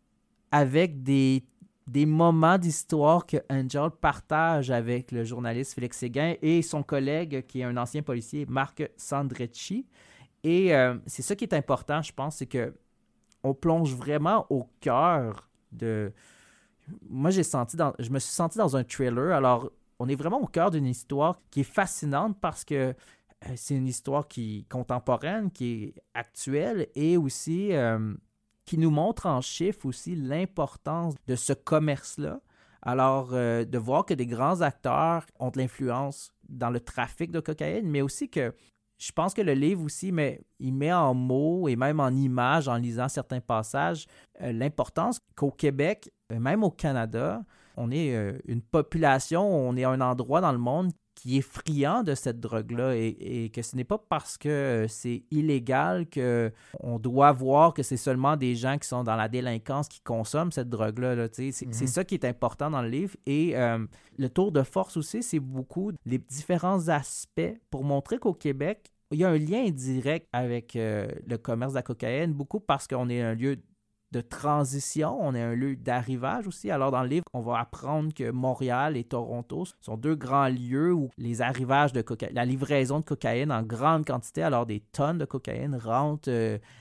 avec des moments d'histoire que Angel partage avec le journaliste Félix Séguin et son collègue, qui est un ancien policier, Marc Sandrecci. Et c'est ça qui est important, je pense, c'est qu'on plonge vraiment au cœur de... Moi, je me suis senti dans un thriller. Alors, on est vraiment au cœur d'une histoire qui est fascinante parce que c'est une histoire qui est contemporaine, qui est actuelle et aussi qui nous montre en chiffres aussi l'importance de ce commerce-là. Alors, de voir que des grands acteurs ont de l'influence dans le trafic de cocaïne, mais aussi que je pense que le livre aussi, il met en mots et même en images, en lisant certains passages, l'importance qu'au Québec, même au Canada, on est une population, on est un endroit dans le monde qui est friand de cette drogue-là et que ce n'est pas parce que c'est illégal qu'on doit voir que c'est seulement des gens qui sont dans la délinquance qui consomment cette drogue-là. Là, c'est ça qui est important dans le livre. Et le tour de force aussi, c'est beaucoup les différents aspects pour montrer qu'au Québec, il y a un lien indirect avec le commerce de la cocaïne, beaucoup parce qu'on est un lieu de transition, on est un lieu d'arrivage aussi. Alors, dans le livre, on va apprendre que Montréal et Toronto sont deux grands lieux où les arrivages de cocaïne, la livraison de cocaïne en grande quantité, alors des tonnes de cocaïne rentrent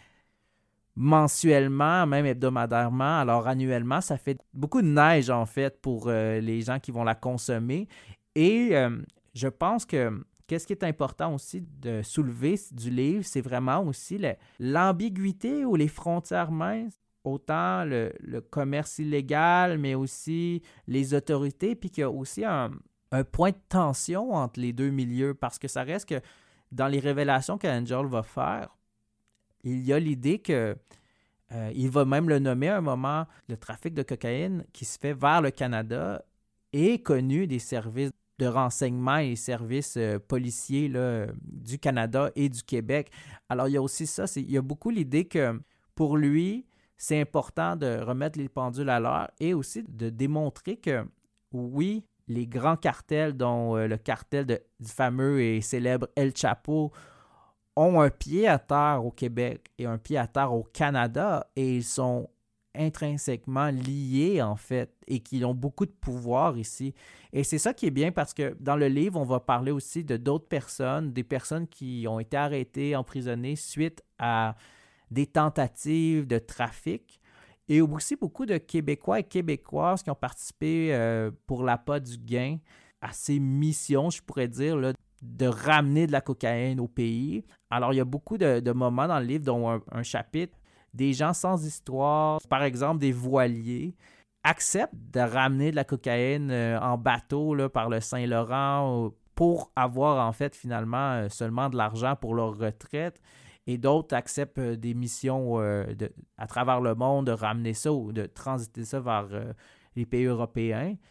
mensuellement, même hebdomadairement. Alors, annuellement, ça fait beaucoup de neige, en fait, pour les gens qui vont la consommer. Et je pense que qu'est-ce qui est important aussi de soulever du livre, c'est vraiment aussi l'ambiguïté ou les frontières minces. Autant le commerce illégal, mais aussi les autorités, puis qu'il y a aussi un point de tension entre les deux milieux, parce que ça reste que dans les révélations qu'Angel va faire, il y a l'idée que il va même le nommer à un moment, le trafic de cocaïne qui se fait vers le Canada est connu des services de renseignement et services policiers là, du Canada et du Québec. Alors, il y a aussi ça, il y a beaucoup l'idée que pour lui, c'est important de remettre les pendules à l'heure et aussi de démontrer que, oui, les grands cartels, dont le cartel du fameux et célèbre El Chapo, ont un pied à terre au Québec et un pied à terre au Canada et ils sont intrinsèquement liés, en fait, et qu'ils ont beaucoup de pouvoir ici. Et c'est ça qui est bien parce que dans le livre, on va parler aussi de d'autres personnes, des personnes qui ont été arrêtées, emprisonnées suite à des tentatives de trafic et aussi beaucoup de Québécois et Québécoises qui ont participé pour l'appât du gain à ces missions, je pourrais dire, là, de ramener de la cocaïne au pays. Alors, il y a beaucoup de moments dans le livre, dont un chapitre, des gens sans histoire, par exemple des voiliers, acceptent de ramener de la cocaïne en bateau là, par le Saint-Laurent pour avoir en fait finalement seulement de l'argent pour leur retraite. Et d'autres acceptent des missions à travers le monde de ramener ça ou de transiter ça vers les pays européens.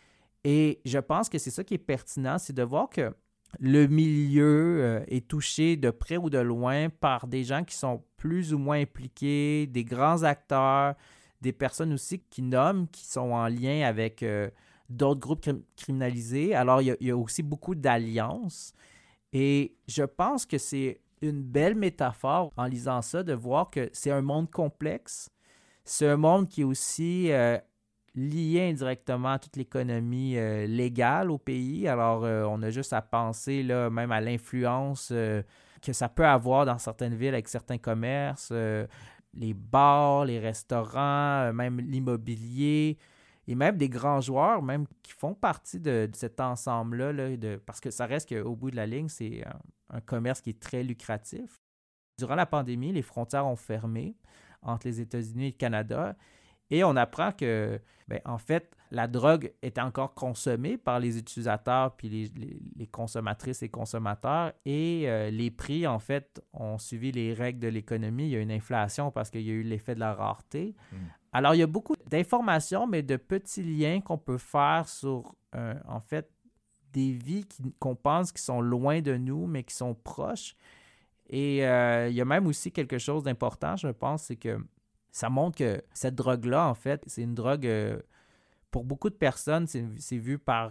Et je pense que c'est ça qui est pertinent, c'est de voir que le milieu est touché de près ou de loin par des gens qui sont plus ou moins impliqués, des grands acteurs, des personnes aussi qui nomment, qui sont en lien avec d'autres groupes criminalisés. Alors, il y a aussi beaucoup d'alliances. Et je pense que c'est une belle métaphore en lisant ça, de voir que c'est un monde complexe. C'est un monde qui est aussi lié indirectement à toute l'économie légale au pays. Alors, on a juste à penser là, même à l'influence que ça peut avoir dans certaines villes avec certains commerces, les bars, les restaurants, même l'immobilier, et même des grands joueurs même qui font partie de cet ensemble-là, parce que ça reste qu'au bout de la ligne, c'est un commerce qui est très lucratif. Durant la pandémie, les frontières ont fermé entre les États-Unis et le Canada, et on apprend que, en fait, la drogue est encore consommée par les utilisateurs puis les consommatrices et consommateurs, et les prix, en fait, ont suivi les règles de l'économie. Il y a une inflation parce qu'il y a eu l'effet de la rareté. Alors, il y a beaucoup d'informations, mais de petits liens qu'on peut faire sur, en fait, des vies qu'on pense qui sont loin de nous, mais qui sont proches. Et il y a même aussi quelque chose d'important, je pense, c'est que ça montre que cette drogue-là, en fait, c'est une drogue, pour beaucoup de personnes, c'est vu par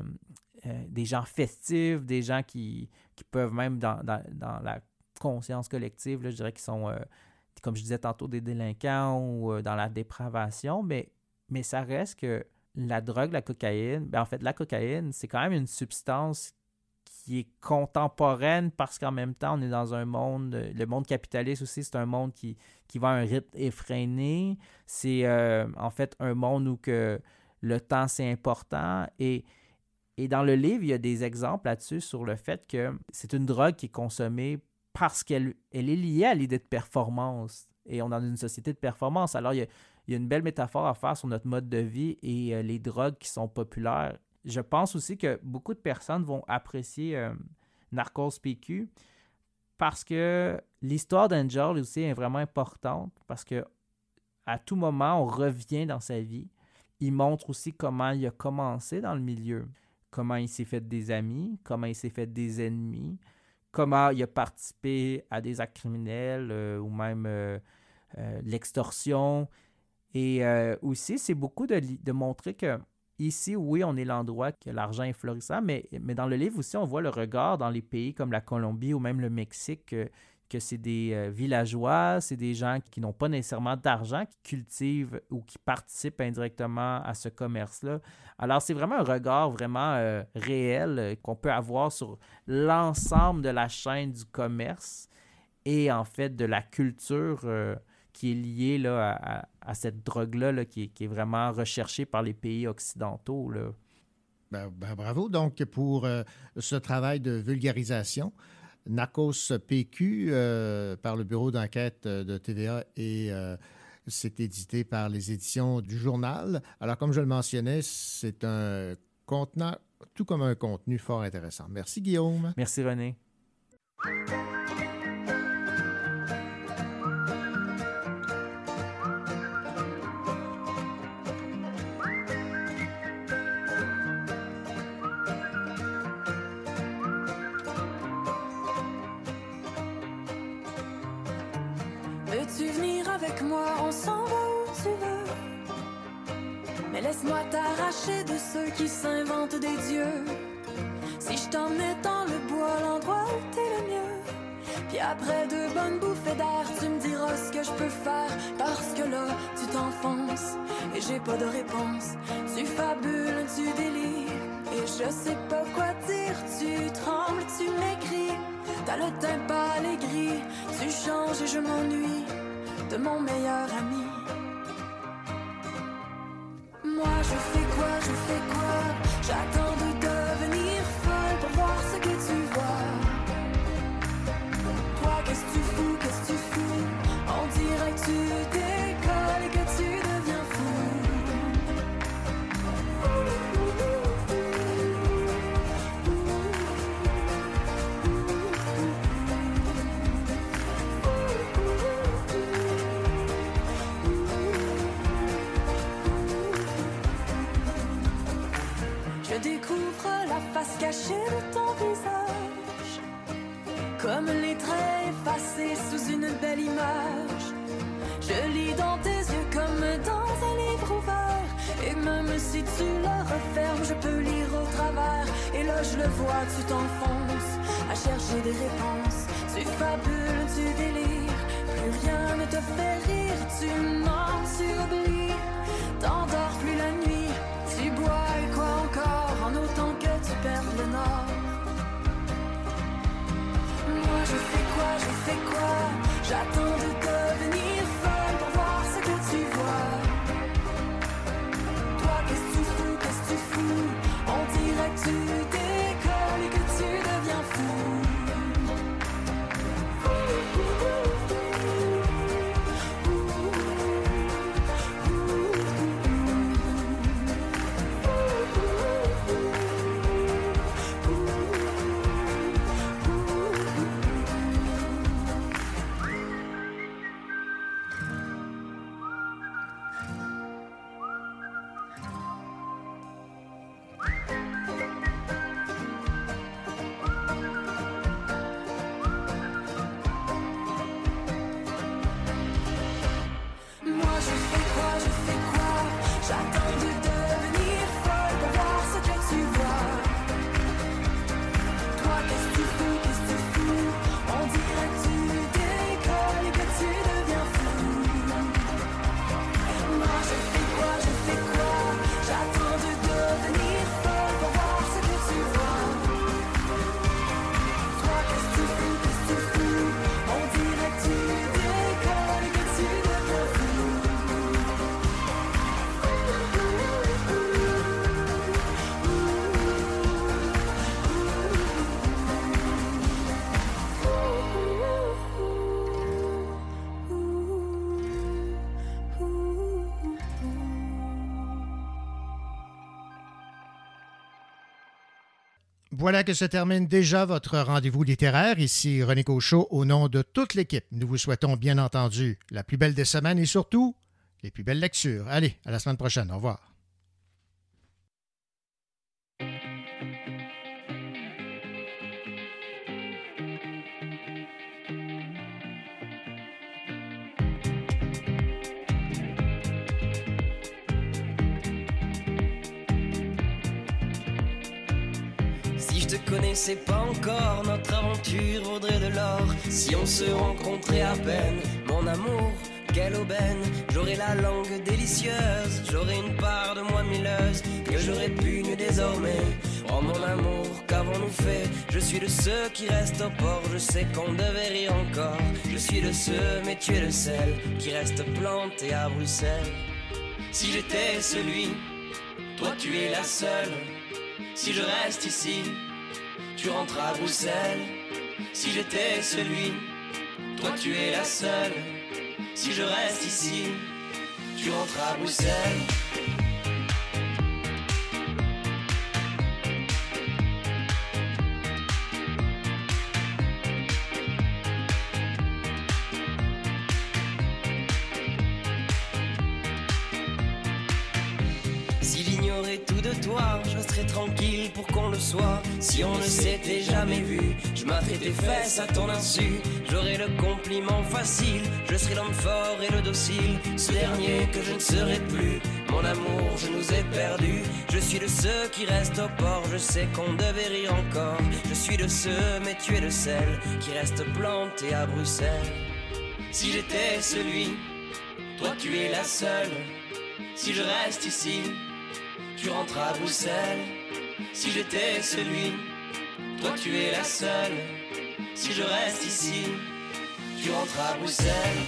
des gens festifs, des gens qui peuvent même, dans la conscience collective, là, je dirais qu'ils sont, comme je disais tantôt, des délinquants ou dans la dépravation, mais ça reste que la drogue, la cocaïne, en fait, la cocaïne, c'est quand même une substance qui est contemporaine parce qu'en même temps, on est dans un monde, le monde capitaliste aussi, c'est un monde qui va à un rythme effréné. C'est en fait un monde où que le temps, c'est important. Et dans le livre, il y a des exemples là-dessus sur le fait que c'est une drogue qui est consommée parce qu'elle est liée à l'idée de performance. Et on est dans une société de performance. Alors, il y a une belle métaphore à faire sur notre mode de vie et les drogues qui sont populaires. Je pense aussi que beaucoup de personnes vont apprécier Narcos PQ parce que l'histoire d'Angel aussi est vraiment importante parce que à tout moment, on revient dans sa vie. Il montre aussi comment il a commencé dans le milieu, comment il s'est fait des amis, comment il s'est fait des ennemis, comment il a participé à des actes criminels ou même l'extorsion. Et aussi, c'est beaucoup de montrer que ici, oui, on est l'endroit que l'argent est florissant, mais dans le livre aussi, on voit le regard dans les pays comme la Colombie ou même le Mexique, que c'est des villageois, c'est des gens qui n'ont pas nécessairement d'argent, qui cultivent ou qui participent indirectement à ce commerce-là. Alors, c'est vraiment un regard vraiment réel qu'on peut avoir sur l'ensemble de la chaîne du commerce et en fait de la culture qui est liée là, à cette drogue-là qui est vraiment recherchée par les pays occidentaux, là. Bravo donc pour ce travail de vulgarisation. Narcos PQ par le bureau d'enquête de TVA et c'est édité par les éditions du Journal. Alors, comme je le mentionnais, c'est un contenant, tout comme un contenu fort intéressant. Merci, Guillaume. Merci, René. Veux-tu venir avec moi, on s'en va où tu veux. Mais laisse-moi t'arracher de ceux qui s'inventent des dieux. Si je t'emmenais dans le bois, l'endroit où t'es le mieux. Puis après 2 bonnes bouffées d'air, tu me diras ce que je peux faire. Parce que là, tu t'enfonces et j'ai pas de réponse. Tu fabules, tu délires et je sais pas quoi dire. Tu trembles, tu m'écris, t'as le teint pâle et gris. Tu changes et je m'ennuie de mon meilleur ami. Moi je fais quoi? J'attends de devenir folle pour voir ce que tu vois. Toi qu'est-ce que tu fous? On dirait que tu décolles et que tu deviens fou. cachés de ton visage, comme les traits effacés sous une belle image. Je lis dans tes yeux comme dans un livre ouvert, et même si tu le refermes, je peux lire au travers. Et là je le vois, tu t'enfonces à chercher des réponses. Tu fabules, tu délires, plus rien ne te fait rire. Tu mens, tu oublies, t'endors plus la nuit. Tu bois et quoi encore, en autant que tu perds le nord. Moi je fais quoi, j'attends de devenir folle pour voir ce que tu vois. Toi qu'est-ce que tu fous, on dirait que tu décolles et que tu deviens fou. Voilà que se termine déjà votre rendez-vous littéraire. Ici René Cochot, au nom de toute l'équipe. Nous vous souhaitons bien entendu la plus belle des semaines et surtout les plus belles lectures. Allez, à la semaine prochaine. Au revoir. Si je te connaissais pas encore, notre aventure vaudrait de l'or. Si on se rencontrait à peine, mon amour, quelle aubaine. J'aurais la langue délicieuse, j'aurais une part de moi milleuse que je répugne désormais. Oh mon amour, qu'avons-nous fait? Je suis de ceux qui restent au port, je sais qu'on devait rire encore. Je suis de ceux, mais tu es le seul, qui reste planté à Bruxelles. Si j'étais celui, toi tu es la seule. Si je reste ici, tu rentres à Bruxelles. Si j'étais celui, toi tu es la seule. Si je reste ici, tu rentres à Bruxelles. Si j'ignorais tout de toi, je resterais tranquille pour qu'on le soit. Si on ne s'était jamais vu, je m'atterais tes fesses à ton insu. J'aurais le compliment facile, je serais l'homme fort et le docile. Ce dernier que je ne serai plus, mon amour, je nous ai perdus. Je suis de ceux qui restent au port, je sais qu'on devait rire encore. Je suis de ceux, mais tu es de celles qui restent plantés à Bruxelles. Si j'étais celui, toi tu es la seule. Si je reste ici, tu rentres à Bruxelles. Si j'étais celui, toi tu es la seule. Si je reste ici, tu rentres à Bruxelles.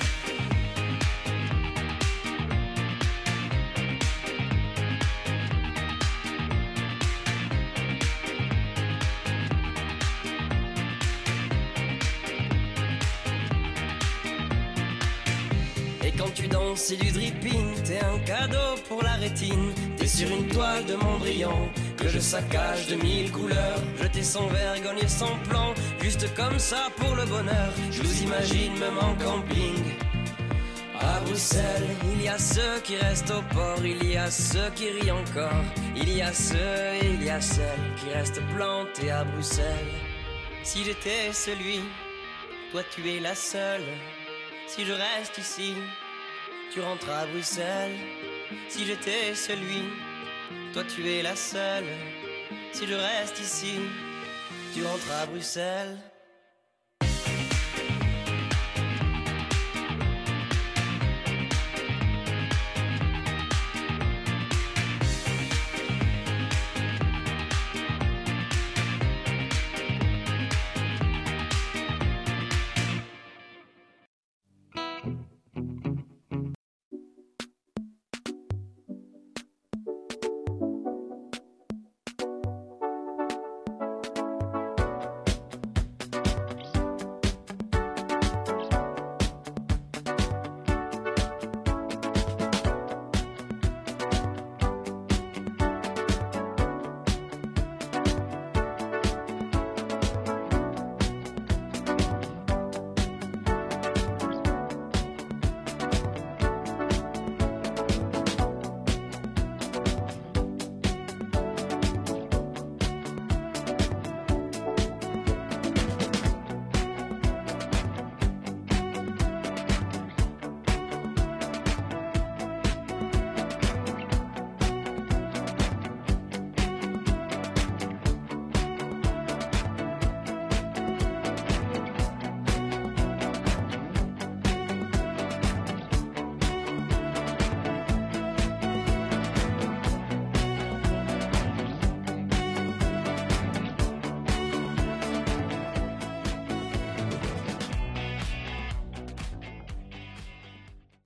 Et quand tu danses, c'est du dripping, t'es un cadeau pour la rétine. T'es sur une toile de Montbriand que je saccage de 1000 couleurs. Jeter sans vergogne et sans plan, juste comme ça pour le bonheur. Je vous imagine même en camping à Bruxelles. Bruxelles. Il y a ceux qui restent au port, il y a ceux qui rient encore. Il y a ceux et il y a celles qui restent plantés à Bruxelles. Si j'étais celui, toi tu es la seule. Si je reste ici, tu rentres à Bruxelles. Si j'étais celui, toi tu es la seule. Si je reste ici, tu rentres à Bruxelles.